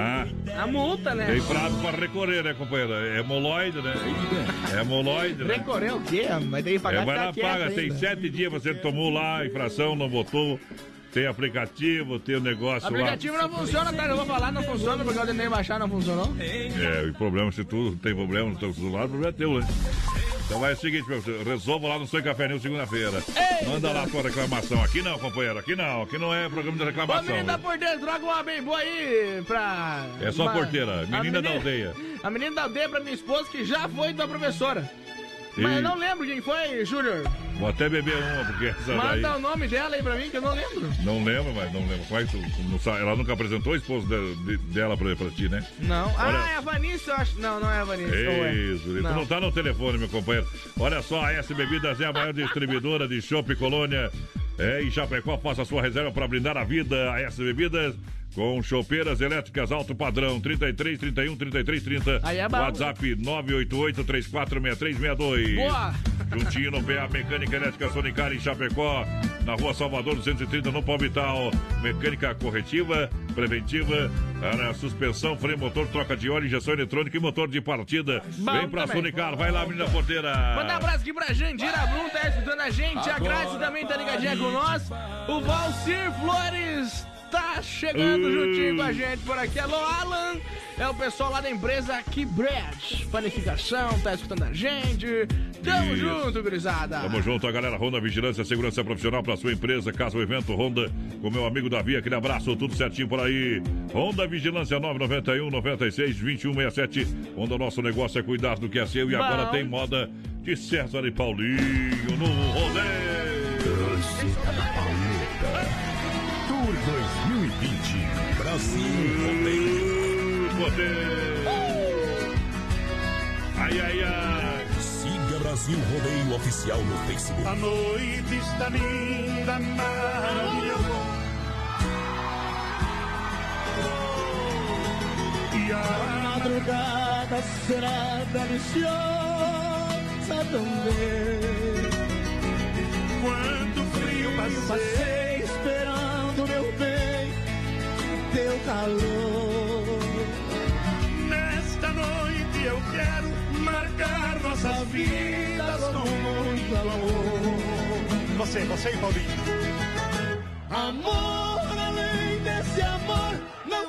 A multa, né? Tem prazo pra recorrer, né, companheiro? É hemoloide, né? É hemoloide, né? Recorrer o quê? Mas tem que pagar vai lá, paga. Tem 7 dias, você tomou lá, infração, não votou. Tem aplicativo, tem o negócio lá. O aplicativo não funciona, tá? Eu vou falar, não funciona, porque eu tentei baixar, não funcionou. O problema, se tu tem problema no teu celular, o problema é teu, né? Então vai o seguinte, meu filho, resolva lá no Seu Café News segunda-feira. Manda lá a tua reclamação. Aqui não, companheiro, aqui não é programa de reclamação. Ô, menina da porteira, droga uma bem boa aí pra... É só a porteira, menina da aldeia. A menina da aldeia pra minha esposa, que já foi tua professora. Mas eu não lembro quem foi, Júnior. Vou até beber uma, porque essa Manda daí... o nome dela aí pra mim, que eu não lembro. Não lembro, mas não lembro. Como é que tu não sabe? Ela nunca apresentou o esposo dela pra ti, né? Não. Olha... é a Vanessa, eu acho. Não é a Vanessa. Isso, tu não tá no telefone, meu companheiro. Olha só, a S Bebidas é a maior distribuidora de chopp Colônia. Em Chapecó, faça a sua reserva para brindar a vida. A S Bebidas... com chopeiras elétricas alto padrão, 33 31 33 30. WhatsApp 988 346362. Boa! Juntinho no PA Mecânica Elétrica Sonicar em Chapecó, na Rua Salvador 230, no Palmital. Mecânica corretiva, preventiva, suspensão, freio, motor, troca de óleo, injeção eletrônica e motor de partida. Vem pra Sonicar, vai lá, menina porteira. Manda um abraço aqui pra Jandira Brum, tá escutando a gente. A Grazi também tá ligadinha com nós. O Valcir Flores tá chegando juntinho com a gente por aqui. Alô, Alan. É o pessoal lá da empresa Kibred Panificação, tá escutando a gente. Tamo junto, gurizada. Tamo junto, a galera Honda Vigilância, segurança profissional pra sua empresa, casa ou evento Honda, com meu amigo Davi, aquele abraço, tudo certinho por aí. Honda Vigilância 991 96 2167. Honda, nosso negócio é cuidar do que é seu. E agora tem moda de César e Paulinho no rodeio. Tour 2020 Brasil Rodeio. Ai, ai, ai. Siga Brasil Rodeio Oficial no Facebook. A noite está linda, maravilhosa. E a madrugada será deliciosa também. Quanto frio passei esperando, meu bem, teu calor. Nesta noite eu quero marcar nossas vidas com muito amor. Você e Paulinho. Amor, além desse amor, não.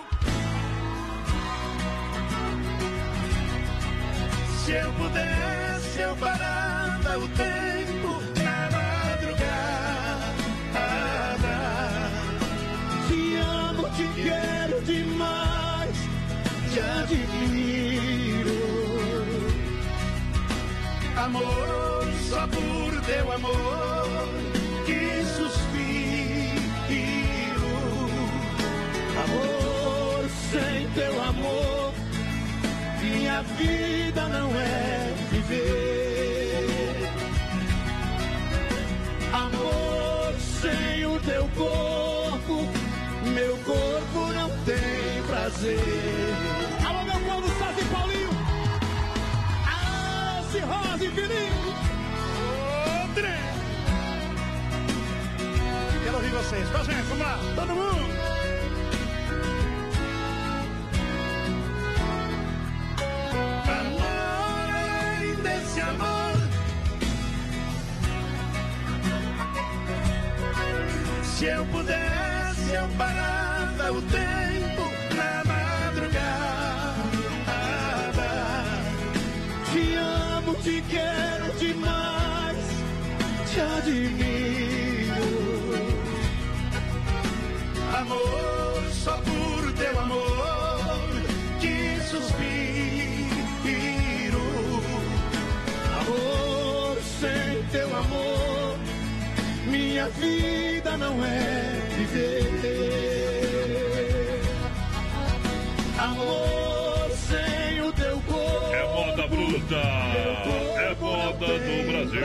Se eu pudesse, eu parava o tempo na madrugada. Te amo, te quero demais, te admiro. Amor, só por teu amor que suspiro. Amor, sem teu amor minha vida não é viver. Amor, teu corpo, meu corpo não tem prazer. Alô, meu povo, Sazzi Paulinho. Alce Rosa e Fininho. André. Quero ouvir vocês. Com a gente, vamos lá. Todo mundo. Além desse amor, se eu pudesse, eu parava o tempo na madrugada. Te amo, te quero demais, te admiro. Amor, só por teu amor que suspiro. Amor, sem teu amor minha vida não é viver. Amor, sem o teu corpo. É moda bruta, é moda do Brasil.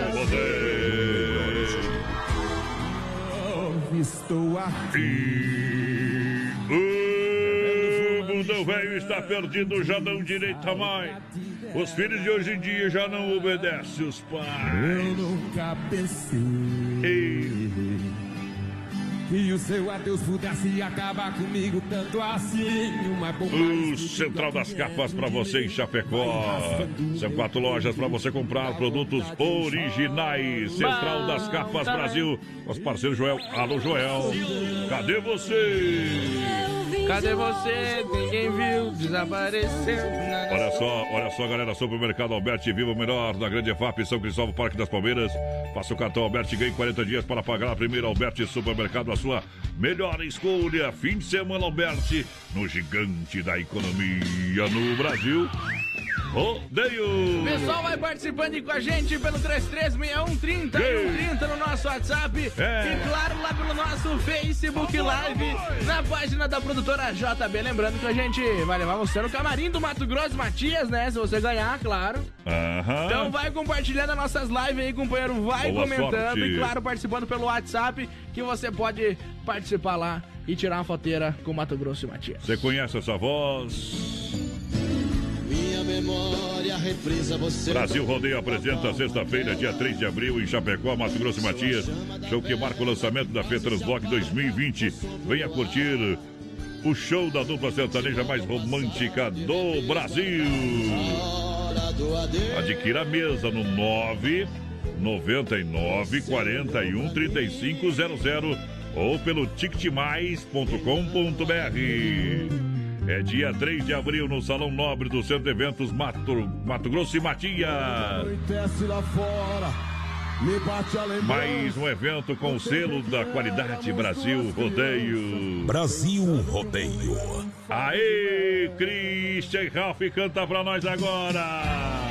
Estou aqui. O mundo velho está perdido, já não direita mais. Os filhos de hoje em dia já não obedecem os pais. Eu nunca pensei que o seu adeus pudesse acabar comigo tanto assim. Uma o Central das Capas para você em Chapecó. São 4 lojas para você comprar produtos originais. Central das Capas Brasil. Nosso parceiro Joel. Alô, Joel. Cadê você? Cadê você? Ninguém viu, desapareceu. Olha só, galera. Supermercado Alberti, viva o melhor na Grande EFAP, São Cristóvão, Parque das Palmeiras. Faça o cartão Alberti e ganhe 40 dias para pagar a primeira Alberti Supermercado, a sua melhor escolha. Fim de semana Alberti, no gigante da economia no Brasil. Rodeio! O pessoal vai participando aí com a gente pelo 336130 no nosso WhatsApp. E claro, lá pelo nosso Facebook Live, na página da produtora JB. Lembrando que a gente vai levar você no camarim do Mato Grosso Matias, né? Se você ganhar, claro. Então vai compartilhando as nossas lives aí, companheiro. Vai boa comentando sorte. e claro, participando pelo WhatsApp, que você pode participar lá e tirar uma foteira com Mato Grosso e Matias. Você conhece essa voz? Minha memória reprisa você. Brasil Rodeio apresenta sexta-feira, dia 3 de abril, em Chapecó, Mato Grosso e Matias. Show que marca o lançamento da FETransBlock 2020. Venha curtir o show da dupla sertaneja mais romântica do Brasil. Adquira a mesa no 999 41 3500 ou pelo ticketmais.com.br. É dia 3 de abril no Salão Nobre do Centro de Eventos Mato Grosso e Matias. Mais um evento com o selo da qualidade Brasil Rodeio. Brasil Rodeio. Aê, Christian Ralph, canta pra nós agora.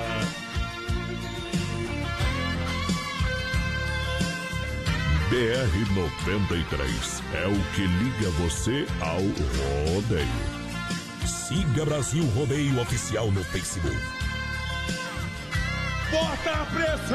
BR-93 é o que liga você ao rodeio. Siga Brasil Rodeio Oficial no Facebook. Bota a pressão!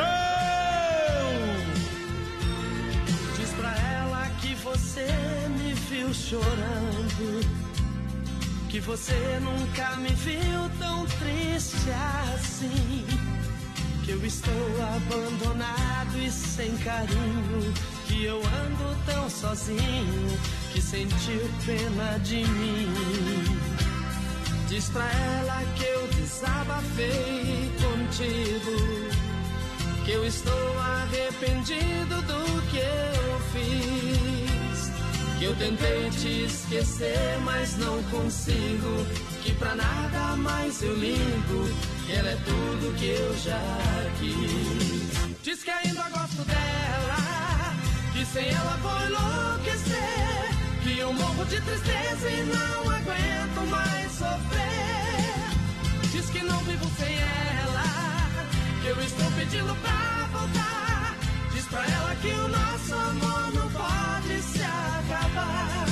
Diz pra ela que você me viu chorando, que você nunca me viu tão triste assim, que eu estou abandonado e sem carinho, que eu ando tão sozinho, que sentiu pena de mim. Diz pra ela que eu desabafei contigo, que eu estou arrependido do que eu fiz, que eu tentei te esquecer, mas não consigo, que pra nada mais eu ligo, que ela é tudo que eu já quis. Diz que ainda gosto dela, que sem ela vou enlouquecer, que eu morro de tristeza e não aguento mais sofrer. Diz que não vivo sem ela, que eu estou pedindo pra voltar. Diz pra ela que o nosso amor não pode se acabar.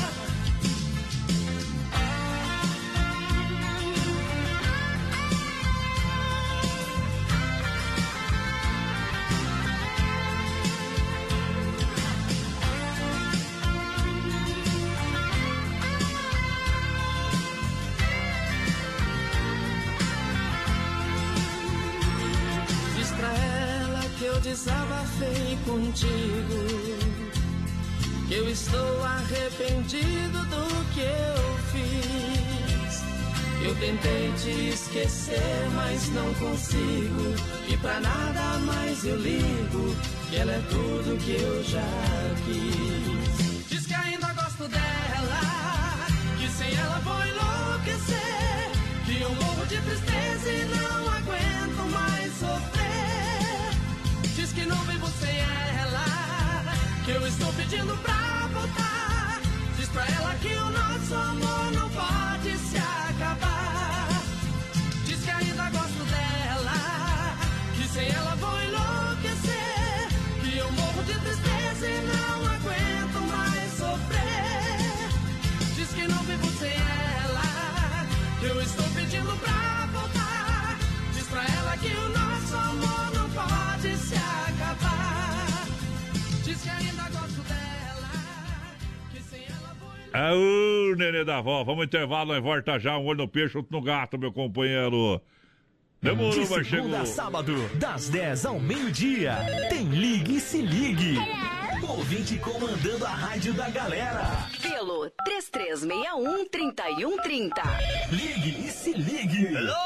desabafei contigo, que eu estou arrependido do que eu fiz. Eu tentei te esquecer, mas não consigo, e pra nada mais eu ligo, que ela é tudo que eu já quis. Diz que ainda gosto dela, que sem ela vou enlouquecer, que eu morro de tristeza e não aguento mais sofrer. Diz que não vivo sem ela, que eu estou pedindo pra voltar. Diz pra ela que o nosso amor não pode se acabar. Diz que ainda gosto dela, que sem ela vou enlouquecer, que eu morro de tristeza e não aguento mais sofrer. Diz que não vivo sem ela, que eu estou pedindo pra voltar. Diz pra ela que o nosso amor não pode se acabar. Diz que ainda gosto dela, que sem ela vou... Aô, nenê da avó, vamos intervalo, em volta já, um olho no peixe, outro no gato, meu companheiro. Demorou, mas chegou. Segunda a sábado, das 10 ao meio-dia, tem Ligue e Se Ligue. Ouvinte comandando a rádio da galera. Pelo 3361-3130. Ligue e Se Ligue. Hello!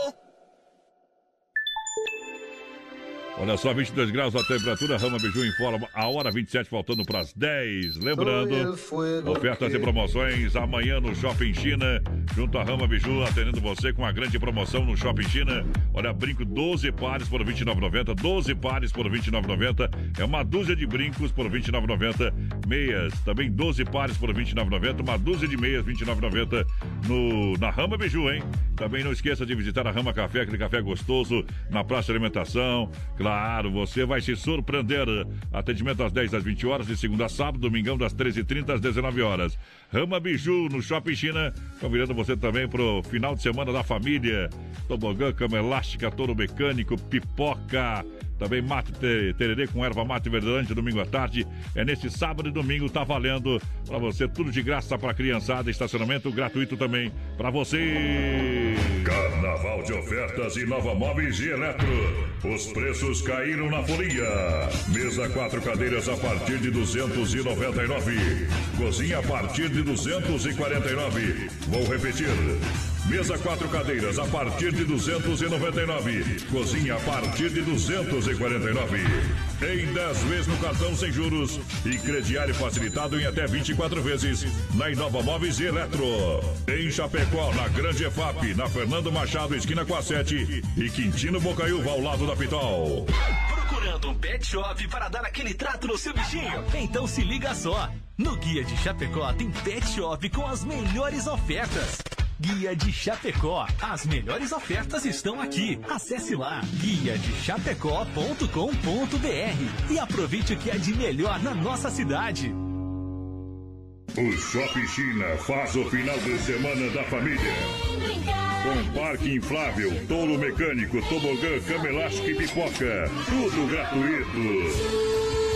Olha só, 22 graus a temperatura, Rama Biju informa a hora 27, faltando para as 10. Lembrando, ofertas e promoções amanhã no Shopping China, junto a Rama Biju, atendendo você com a grande promoção no Shopping China. Olha, brinco 12 pares por R$ 29,90, 12 pares por R$ 29,90, é uma dúzia de brincos por R$ 29,90, meias, também 12 pares por R$ 29,90, uma dúzia de meias R$ 29,90 na Rama Biju, hein? Também não esqueça de visitar a Rama Café, aquele café gostoso na Praça de Alimentação. Claro, você vai se surpreender. Atendimento às 10 às 20 horas, de segunda a sábado, domingão das 13h30 às 19 horas. Rama Biju, no Shopping China, convidando você também pro final de semana da família. Tobogã, cama elástica, touro mecânico, pipoca, também mate tererê com erva mate verdurante, domingo à tarde. É neste sábado e domingo, tá valendo pra você, tudo de graça pra criançada, estacionamento gratuito também pra você. Carnaval de ofertas e Nova Móveis e Eletro. Os preços caíram na folia. Mesa 4 cadeiras a partir de R$ 299. Cozinha a partir de R$ 249. Vou repetir. Mesa 4 cadeiras a partir de R$ 299. Cozinha a partir de R$ 249. Em 10 vezes no cartão sem juros e crediário facilitado em até 24 vezes na Inova Móveis e Eletro. Em Chapecó, na Grande EFAP, na Fernando Machado, esquina com a 7 e Quintino Bocaiúva, ao lado da Pitol. Procurando um pet shop para dar aquele trato no seu bichinho? Então se liga só. No Guia de Chapecó tem pet shop com as melhores ofertas. Guia de Chapecó. As melhores ofertas estão aqui. Acesse lá, guiadechapecó.com.br e aproveite o que há de melhor na nossa cidade. O Shopping China faz o final de semana da família. Com parque inflável, touro mecânico, tobogã, cama elástica e pipoca. Tudo gratuito.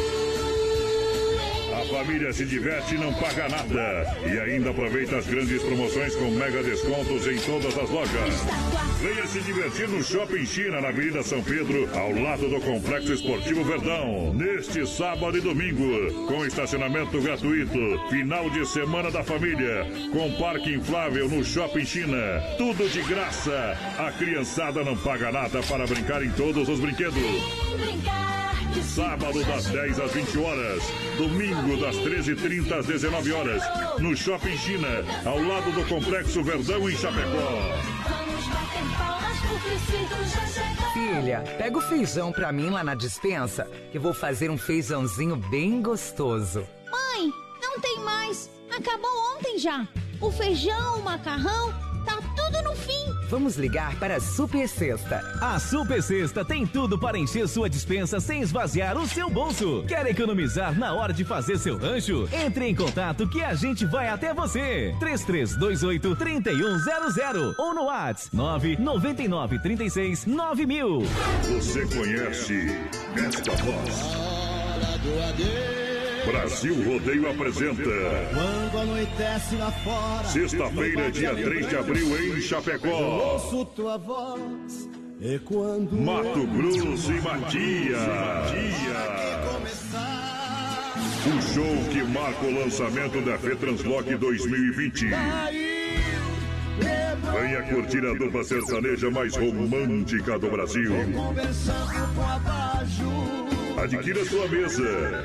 A família se diverte e não paga nada. E ainda aproveita as grandes promoções com mega descontos em todas as lojas. Venha se divertir no Shopping China, na Avenida São Pedro, ao lado do Complexo Esportivo Verdão. Neste sábado e domingo, com estacionamento gratuito. Final de semana da família, com parque inflável no Shopping China. Tudo de graça. A criançada não paga nada para brincar em todos os brinquedos. Sábado das 10 às 20 horas. Domingo das 13h30 às 19 horas. No Shopping China, ao lado do Complexo Verdão, em Chapecó. Filha, pega o feijão pra mim lá na despensa, que vou fazer um feijãozinho bem gostoso. Mãe, não tem mais. Acabou ontem já. O feijão, o macarrão, tá tudo no fim. Vamos ligar para a Super Sexta. A Super Sexta tem tudo para encher sua despensa sem esvaziar o seu bolso. Quer economizar na hora de fazer seu rancho? Entre em contato que a gente vai até você. 3328-3100 ou no WhatsApp 999369000. Você conhece esta voz? Brasil Rodeio apresenta Quando anoitece lá fora, sexta-feira, dia 3 de abril, em Chapecó. ouço tua voz Mato Grosso e Matias. O show que marca o lançamento da FETranslock 2020. Venha curtir a dupla sertaneja mais romântica do Brasil. Adquira sua mesa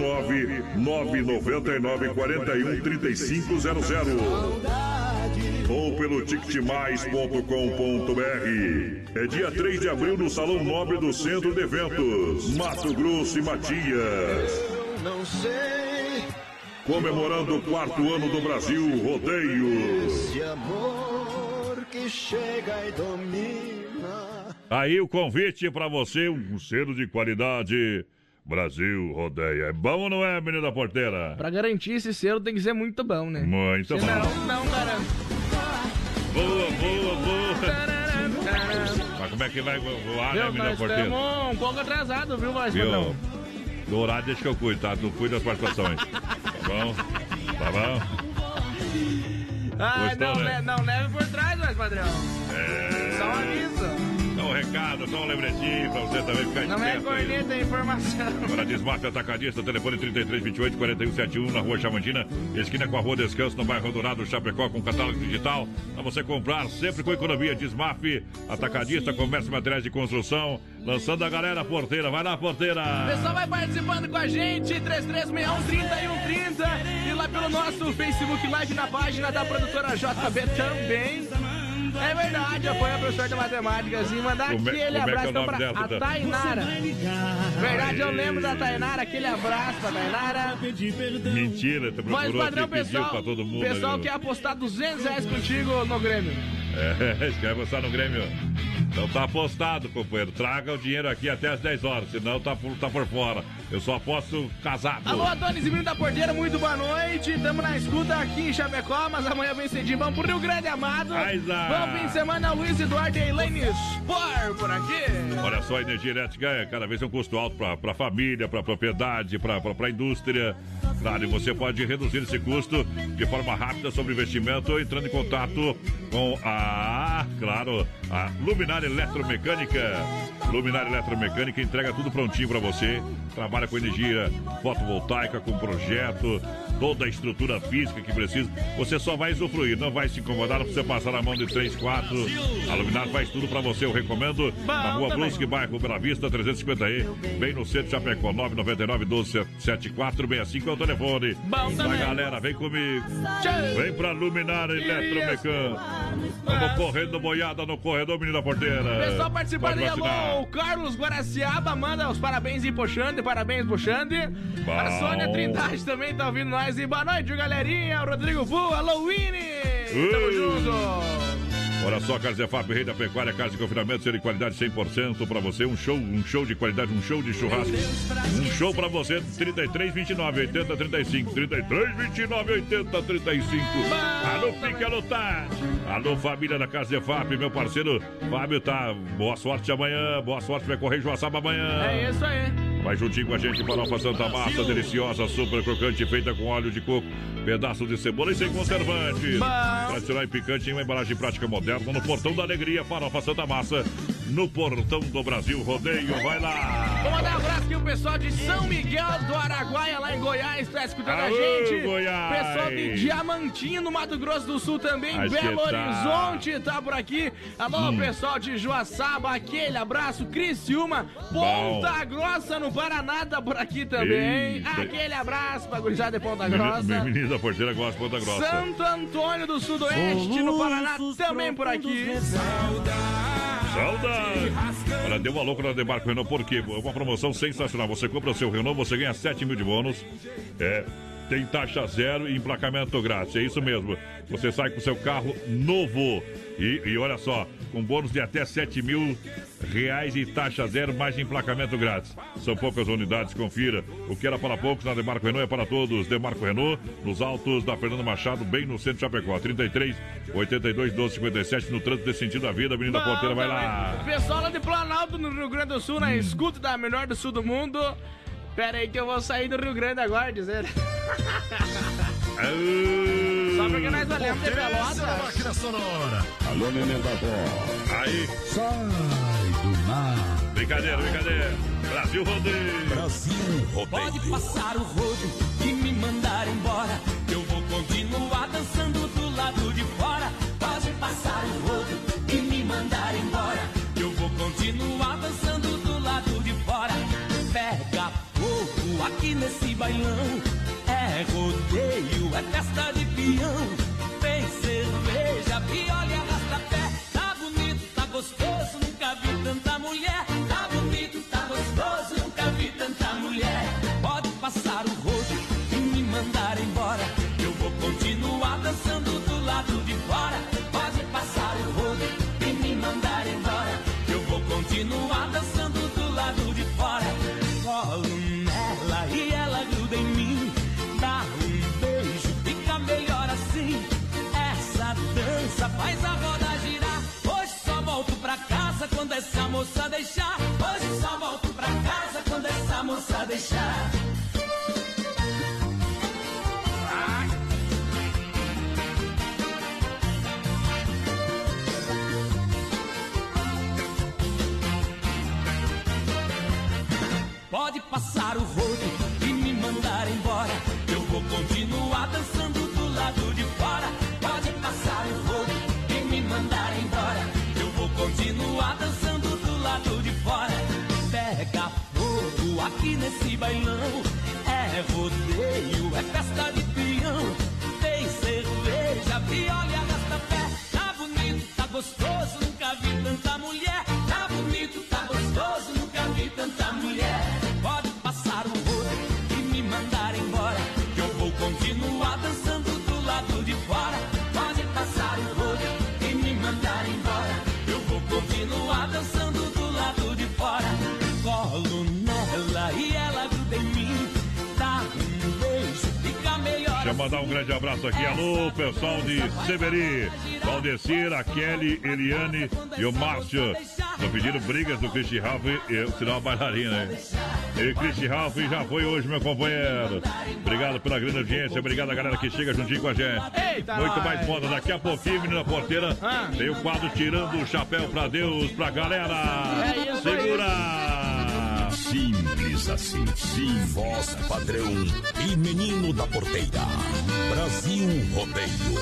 49999413500 ou pelo ticketmais.com.br. É dia 3 de abril no Salão Nobre do Centro de Eventos, Mato Grosso e Matias. Não sei. Comemorando o 4º ano do Brasil Rodeio. Esse amor que chega e domina. Aí o convite pra você, um selo de qualidade. Brasil Rodeio. É bom ou não é, menino da porteira? Pra garantir esse selo tem que ser muito bom, né? Muito bom. Não garanto. Boa. Mas como é que vai voar, né, menino da porteira? Estamos um pouco atrasado, viu, voz padrão? Do horário deixa que eu cuido, tá? Tu cuida das participações. Tá bom? Tá bom? Ah, não leve por trás, voz padrão. Só um aviso. Só um recado, só um lembretinho pra você também ficar não esperto. Não é corneta, é informação. Agora Desmaf Atacadista, telefone 3328-4171 na Rua Chamantina, esquina com a Rua Descanso, no bairro Dourado, Chapecó, com catálogo digital. Pra você comprar sempre com economia. Desmaf Atacadista, comércio e materiais de construção. Lançando a galera porteira. Vai lá, porteira. O pessoal vai participando com a gente, 3361-3130 e lá pelo nosso Facebook Live na página da produtora JB também. É verdade, apoia o professor de matemática, assim, mandar aquele abraço então pra a Tainara. Verdade, eu lembro da Tainara, aquele abraço pra Tainara. Mentira, tu procurou, padrão, pediu pra todo mundo. O pessoal quer apostar R$200 contigo no Grêmio. Quer apostar no Grêmio? Então tá apostado, companheiro. Traga o dinheiro aqui até as 10 horas, senão tá por fora. Eu só aposto casado. Alô, Adonis e Menino da Porteira, muito boa noite. Estamos na escuta aqui em Chapecó, mas amanhã vem cedinho. Vamos pro Rio Grande, amado. Bom fim de semana, Luiz Eduardo e Elaine Spor por aqui. Olha só, a energia elétrica cada vez é um custo alto pra família, pra propriedade, pra indústria. Claro, e você pode reduzir esse custo de forma rápida sobre investimento entrando em contato com a Luminária Eletromecânica. Luminária Eletromecânica entrega tudo prontinho pra você. Trabalha com energia fotovoltaica, com projeto, toda a estrutura física que precisa. Você só vai usufruir, não vai se incomodar, não precisa passar na mão de 3, 4. A Luminária faz tudo pra você, eu recomendo. Na Rua Brusque, bairro Bela Vista, 350E, bem no centro de Chapecó, 999-12-7465 é o telefone. Vai, galera, vem comigo. Vem pra Luminária Eletromecânica. Vamos correndo boiada no corredor, menino da porteira. Pessoal participando aí, alô, o Carlos Guaraciaba manda os parabéns e Poxande, parabéns Poxande. A Sônia Trindade também tá ouvindo nós. E boa noite, galerinha. O Rodrigo Fu, alô, Winnie. Tamo junto. Olha só, Carzefap, rei da pecuária, casa de confinamento, ser de qualidade 100% pra você. Um show de qualidade, um show de churrasco. Um show pra você, 3329-8035. 3329-8035. Alô, Pique, alô, Tati. Alô, família da Carzefap, meu parceiro Fábio, tá? Boa sorte amanhã, boa sorte, vai correr Joaçaba amanhã. É isso aí. Vai juntinho com a gente, farofa Santa Massa, deliciosa, super crocante, feita com óleo de coco, pedaço de cebola e sem conservantes. Tradicional e picante em uma embalagem prática moderna, no Portão da Alegria, farofa Santa Massa, no Portão do Brasil Rodeio. Vai lá! Vou mandar um abraço aqui pro pessoal de São Miguel do Araguaia, lá em Goiás, tá escutando a gente. Goiás. Pessoal de Diamantinho, no Mato Grosso do Sul também, Belo Horizonte tá por aqui. Alô, pessoal de Joaçaba, aquele abraço. Criciúma, Ponta Grossa, no Paraná, tá por aqui também. Eita. Aquele abraço pra gurizada de Ponta Grossa. Menina da Porteira gosta de Ponta Grossa. Santo Antônio do Sudoeste, no Paraná, também por aqui. Saudade! Olha, deu uma louca na Demarco Renault, por quê? Uma promoção sensacional. Você compra o seu Renault, você ganha 7 mil de bônus. Tem taxa zero e emplacamento grátis. É isso mesmo. Você sai com o seu carro novo. E olha só, com bônus de até 7 mil reais e taxa zero, mais emplacamento grátis. São poucas unidades, confira. O que era para poucos na Demarco Renault é para todos. Demarco Renault, nos altos da Fernando Machado, bem no centro de Chapecó. 33 82 12 57, no trânsito desse sentido da vida. Menina Porteira, vai lá. Pessoal lá de Planalto, no Rio Grande do Sul, na escuta da melhor do sul do mundo. Pera aí que eu vou sair do Rio Grande agora, dizendo. Só porque nós olhamos de Pelotas. Máquina Sonora. Alô, neném da avó. Aí. Sai. Brincadeira. Brasil Rodeio. Brasil Rodeio. Pode passar o rodo e me mandar embora, eu vou continuar dançando do lado de fora. Pode passar o rodo e me mandar embora, eu vou continuar dançando do lado de fora. Pega fogo aqui nesse bailão, é rodeio, é festa de peão. Tem cerveja, viola e arrasta-pé. Tá bonito, tá gostoso, nunca vi tanta mulher. Tá bonito, tá gostoso, nunca vi tanta mulher. Pode passar o rodo e me mandar embora, eu vou continuar dançando do lado de fora. Pode passar o rodo e me mandar embora, eu vou continuar dançando do lado de fora. Colo nela e ela gruda em mim, dá um beijo, fica melhor assim. Essa dança faz a roda girar. Hoje só volto pra casa quando essa moça deixar. Hoje só volto pra casa quando essa moça deixar. Pode passar o rodo e me mandar embora, eu vou continuar dançando do lado de fora. Pode passar o rodo e me mandar embora, eu vou continuar dançando do lado de fora. Pega fogo aqui nesse bailão, é rodeio, é festa de peão. Tem cerveja, viola e arrasta-pé. Tá bonito, tá gostoso, nunca vi tanta mulher. Tá bonito, tá gostoso, nunca vi tanta mulher. Pode passar o rodo e me mandar embora, que eu vou continuar dançando do lado de fora. Pode passar o rodo e me mandar embora, eu vou continuar dançando do lado de fora. Colo nela e ela gruda em mim, dá um beijo, fica melhor. Deixa eu mandar um grande abraço aqui. Alô, pessoal de Severi, Valdecir, a Kelly, Eliane e o Márcio. Estão pedindo brigas do Christian Ralph e sinal uma bailarina, hein? E Christian Ralph já foi hoje, meu companheiro. Obrigado pela grande audiência, obrigado a galera que chega juntinho com a gente. Eita, muito mais foda. Daqui a pouquinho, menina porteira, tem o quadro Tirando o Chapéu pra Deus, pra galera. É isso. Segura! Simples assim, sim, voz padrão e menino da porteira. Brasil Rodeio.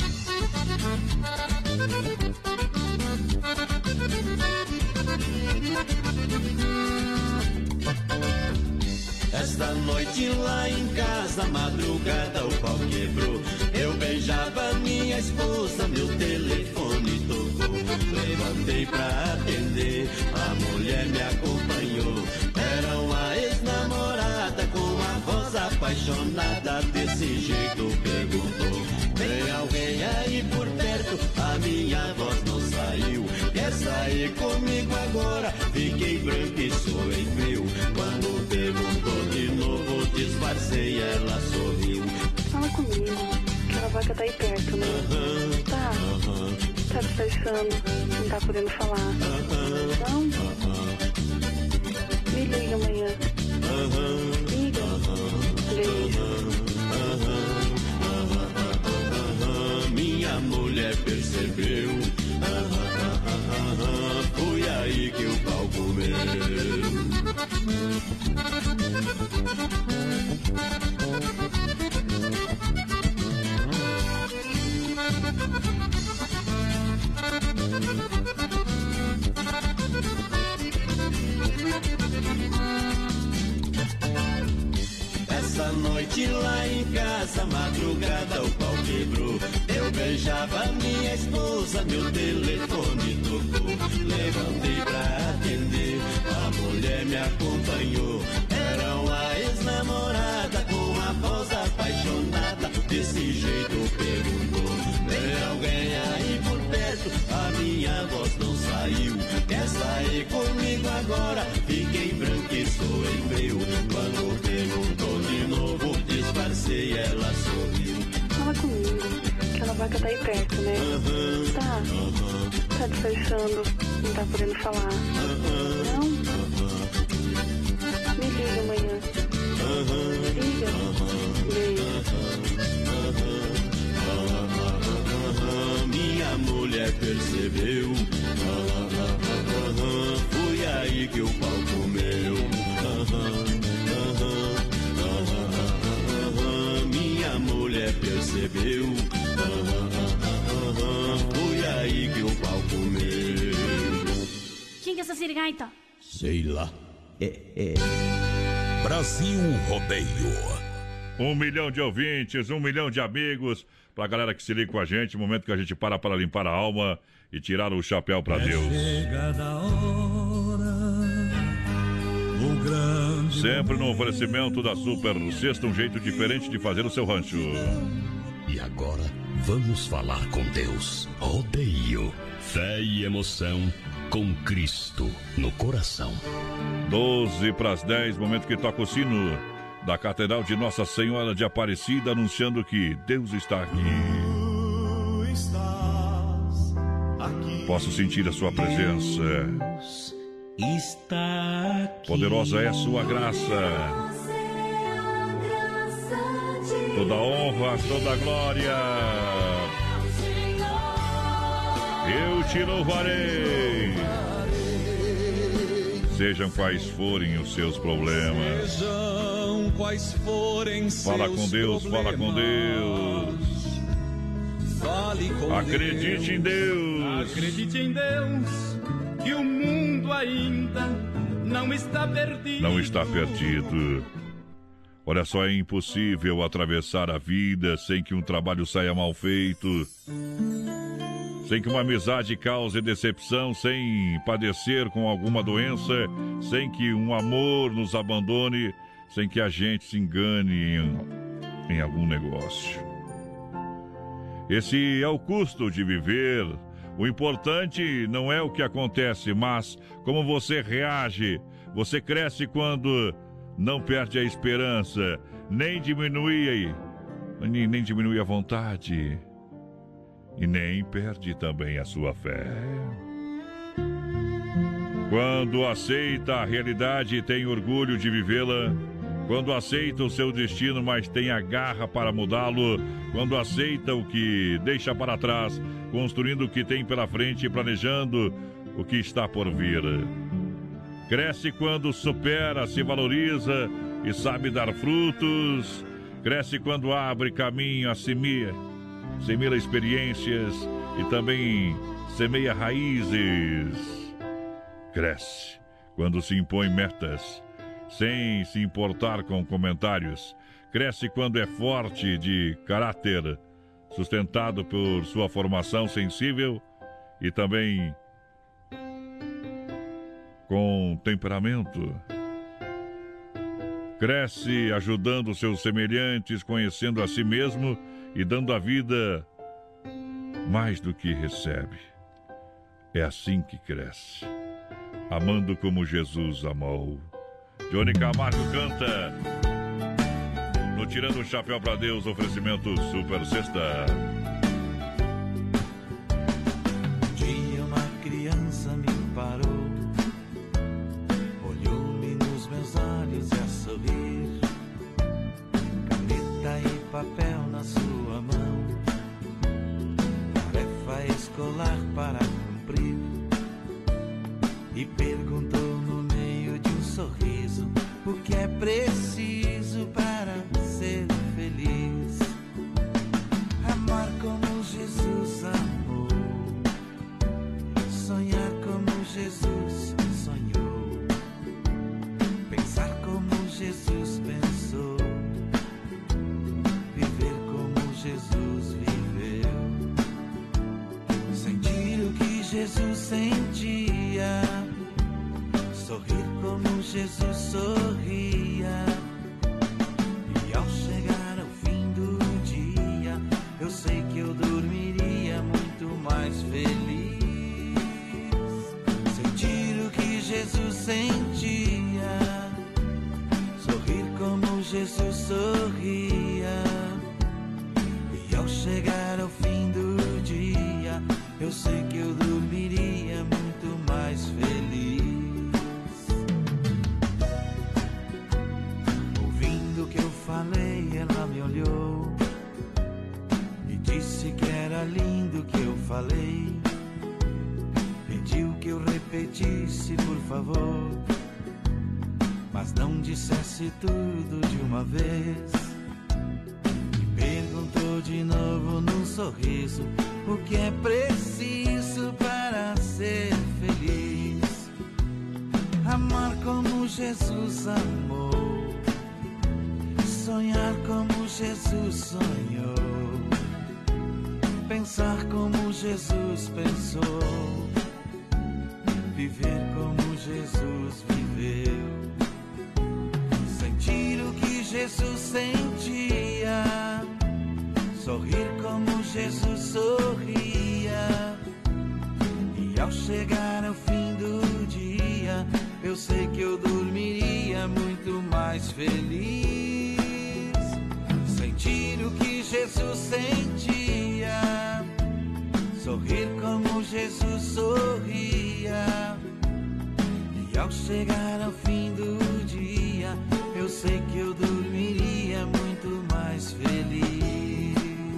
Esta noite lá em casa, madrugada o pau quebrou. Eu beijava minha esposa, meu telefone tocou. Levantei pra atender, a mulher me acompanhou. Era uma ex-namorada com a voz apaixonada. Desse jeito perguntou: tem alguém aí por perto? A minha voz não saiu. Quer sair comigo agora? Fiquei branco e suei frio. Quando perguntou de novo, disfarcei, ela sorriu. Fala comigo, aquela vaca tá aí perto, né? Tá. Tá disfarçando, não tá podendo falar. Não? Me liga amanhã. Liga. Minha mulher percebeu. Foi aí que o pau comeu. Essa noite lá em casa, madrugada o pau quebrou. Eu beijava minha esposa, meu telefone tocou. Levantei pra atender, a mulher me acompanhou. Era uma ex-namorada com a voz apaixonada. Desse jeito perguntou: tem alguém aí por perto? A minha voz não saiu. Quer sair comigo agora? Fiquei branco e soei frio. Quando perguntou de novo, disfarcei, ela sorriu. Fala comigo, aquela vaca tá aí perto, né? Tá. Tá disfarçando, não tá podendo falar. Não? Me liga amanhã. Liga. Minha mulher percebeu. Fui que o pau comeu. Minha mulher percebeu. Foi aí que o pau comeu. Quem que é essa sirigaita? Sei lá. Brasil Rodeio. 1 milhão de ouvintes, 1 milhão de amigos. Pra galera que se liga com a gente, momento que a gente para limpar a alma e tirar o chapéu pra Deus. Chegada a hora, o grande sempre no oferecimento da Super Sexta, um jeito diferente de fazer o seu rancho. E agora, vamos falar com Deus. Rodeio, fé e emoção com Cristo no coração. 12:10, momento que toca o sino da Catedral de Nossa Senhora de Aparecida, anunciando que Deus está aqui. Posso sentir a sua presença. Está aqui. Poderosa é a sua graça. Toda honra, toda glória. Eu te louvarei. Sejam quais forem os seus problemas. Sejam quais forem seus fala com Deus, problemas. Fala com Deus. Fale com Acredite Deus. em Deus. Acredite em Deus, que o mundo ainda não está perdido. Não está perdido. Olha só, é impossível atravessar a vida sem que um trabalho saia mal feito, sem que uma amizade cause decepção, sem padecer com alguma doença, sem que um amor nos abandone, sem que a gente se engane em algum negócio. Esse é o custo de viver. O importante não é o que acontece, mas como você reage. Você cresce quando não perde a esperança, nem diminui a vontade. E nem perde também a sua fé. Quando aceita a realidade e tem orgulho de vivê-la, quando aceita o seu destino, mas tem a garra para mudá-lo, quando aceita o que deixa para trás, construindo o que tem pela frente e planejando o que está por vir. Cresce quando supera, se valoriza e sabe dar frutos. Cresce quando abre caminho, assimila experiências e também semeia raízes. Cresce quando se impõe metas, sem se importar com comentários. Cresce quando é forte de caráter, sustentado por sua formação sensível e também com temperamento. Cresce ajudando seus semelhantes, conhecendo a si mesmo e dando à vida mais do que recebe. É assim que cresce, amando como Jesus amou. Johnny Camargo canta no Tirando o Chapéu pra Deus, oferecimento Super Sexta. Um dia uma criança me parou, olhou-me nos meus olhos e a sorrir, caneta e papel na sua mão, tarefa escolar para cumprir, e perguntou no meio de um sorriso o que é preciso para ser feliz. Amar como Jesus amou, sonhar como Jesus sonhou, pensar como Jesus pensou, viver como Jesus viveu, sentir o que Jesus sentia, sorrir como Jesus sorria. E ao chegar ao fim do dia, eu sei que eu dormiria muito mais feliz. Sentir o que Jesus sentia, sorrir como Jesus sorria. E ao chegar ao fim do dia, eu sei que eu dormiria muito mais feliz. Ouvindo o que eu falei, ela me olhou e disse que era lindo o que eu falei. Pediu que eu repetisse repetisse, por favor, mas não dissesse tudo de uma vez. Me perguntou de novo num sorriso o que é preciso para ser feliz. Amar como Jesus amou, sonhar como Jesus sonhou, pensar como Jesus pensou, viver como Jesus viveu, sentir o que Jesus sentia, sorrir como Jesus sorria. E ao chegar ao fim do dia, eu sei que eu dormiria muito mais feliz. Sentir o que Jesus sentia, sorrir como Jesus sorria. E ao chegar ao fim do dia, eu sei que eu dormiria muito mais feliz.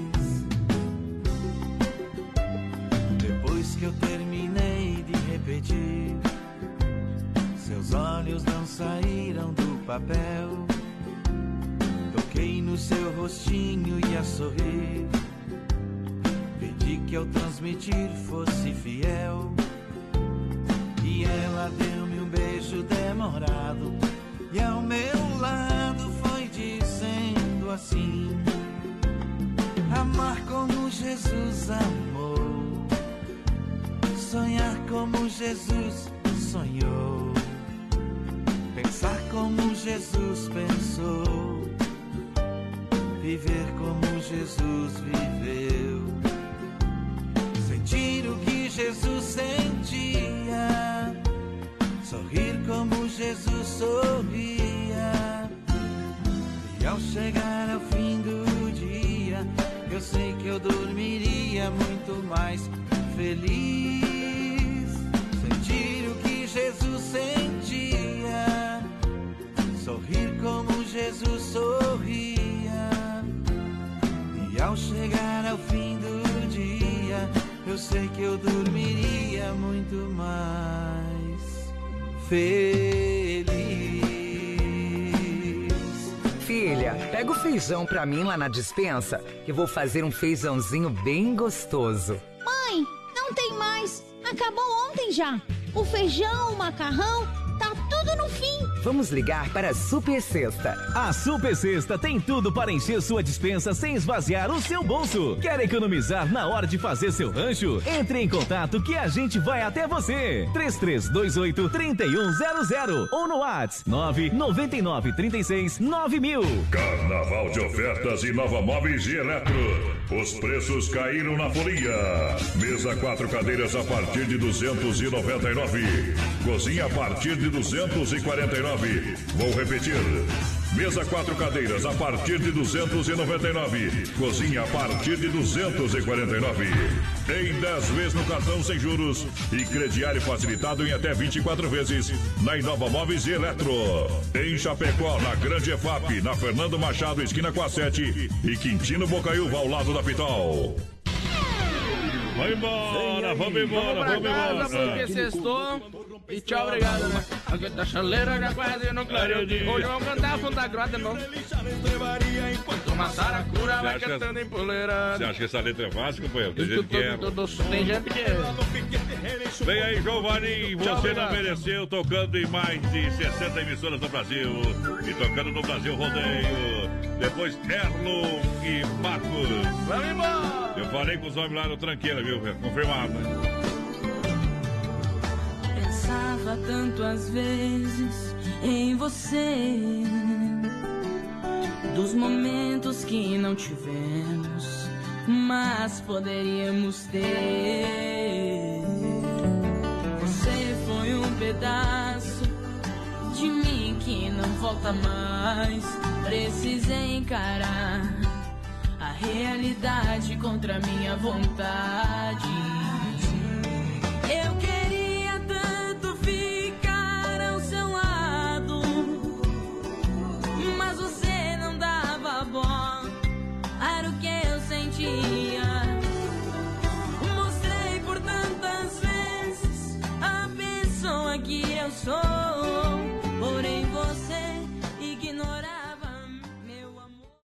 Depois que eu terminei de repetir, seus olhos não saíram do papel. Toquei no seu rostinho e a sorrir, pedi que ao transmitir fosse fiel. E ela deu-me um beijo demorado, e ao meu lado foi dizendo assim: amar como Jesus amou, sonhar como Jesus sonhou, pensar como Jesus pensou, viver como Jesus viveu, sentir o que Jesus sentia, sorrir como Jesus sorria. E ao chegar ao fim do dia, eu sei que eu dormiria muito mais feliz. Sentir o que Jesus sentia, sorrir como Jesus sorria. E ao chegar ao fim do dia, eu sei que eu dormiria muito mais feliz. Filha, pega o feijão pra mim lá na despensa, que vou fazer um feijãozinho bem gostoso. Mãe, não tem mais. Acabou ontem já. O feijão, o macarrão, tá tudo no fim. Vamos ligar para a Super Sexta. A Super Sexta tem tudo para encher sua despensa sem esvaziar o seu bolso. Quer economizar na hora de fazer seu rancho? Entre em contato que a gente vai até você. 3328-3100 ou no WhatsApp 99936-9000. Carnaval de ofertas e Nova Móveis e Eletro. Os preços caíram na folia. Mesa 4 cadeiras a partir de 299. Cozinha a partir de 249. Vou repetir. Mesa 4 cadeiras a partir de 299. Cozinha a partir de 249. Em 10 vezes no cartão sem juros e crediário facilitado em até 24 vezes na Inova Móveis e Eletro. Em Chapecó, na Grande EFAP, na Fernando Machado, esquina com a 7 e Quintino Bocaiúva, ao lado da Pitol. Vai embora, vamos embora, vamos embora. Porque sextou. E tchau, obrigado, né? Aqui da chaleira já quase no clareio de hoje. Vamos cantar a Funda Grota de novo. Enquanto uma saracura vai cantando em poleira. Você acha que essa letra é fácil, companheiro? Tem gente que é. Tem gente que é. Vem aí, João Valim, você não mereceu, tocando em mais de 60 emissoras do Brasil. E tocando no Brasil Rodeio. Depois Erlon e Marcos. Vamos embora! Eu falei com os homens lá no Tranqueira, viu? Confirmado. Pensava tanto às vezes em você, dos momentos que não tivemos, mas poderíamos ter. Você foi um pedaço de mim que não volta mais. Precisei encarar a realidade contra a minha vontade. Eu queria tanto ficar ao seu lado, mas você não dava bola, era o que eu sentia. Mostrei por tantas vezes a pessoa pessoa que eu sou.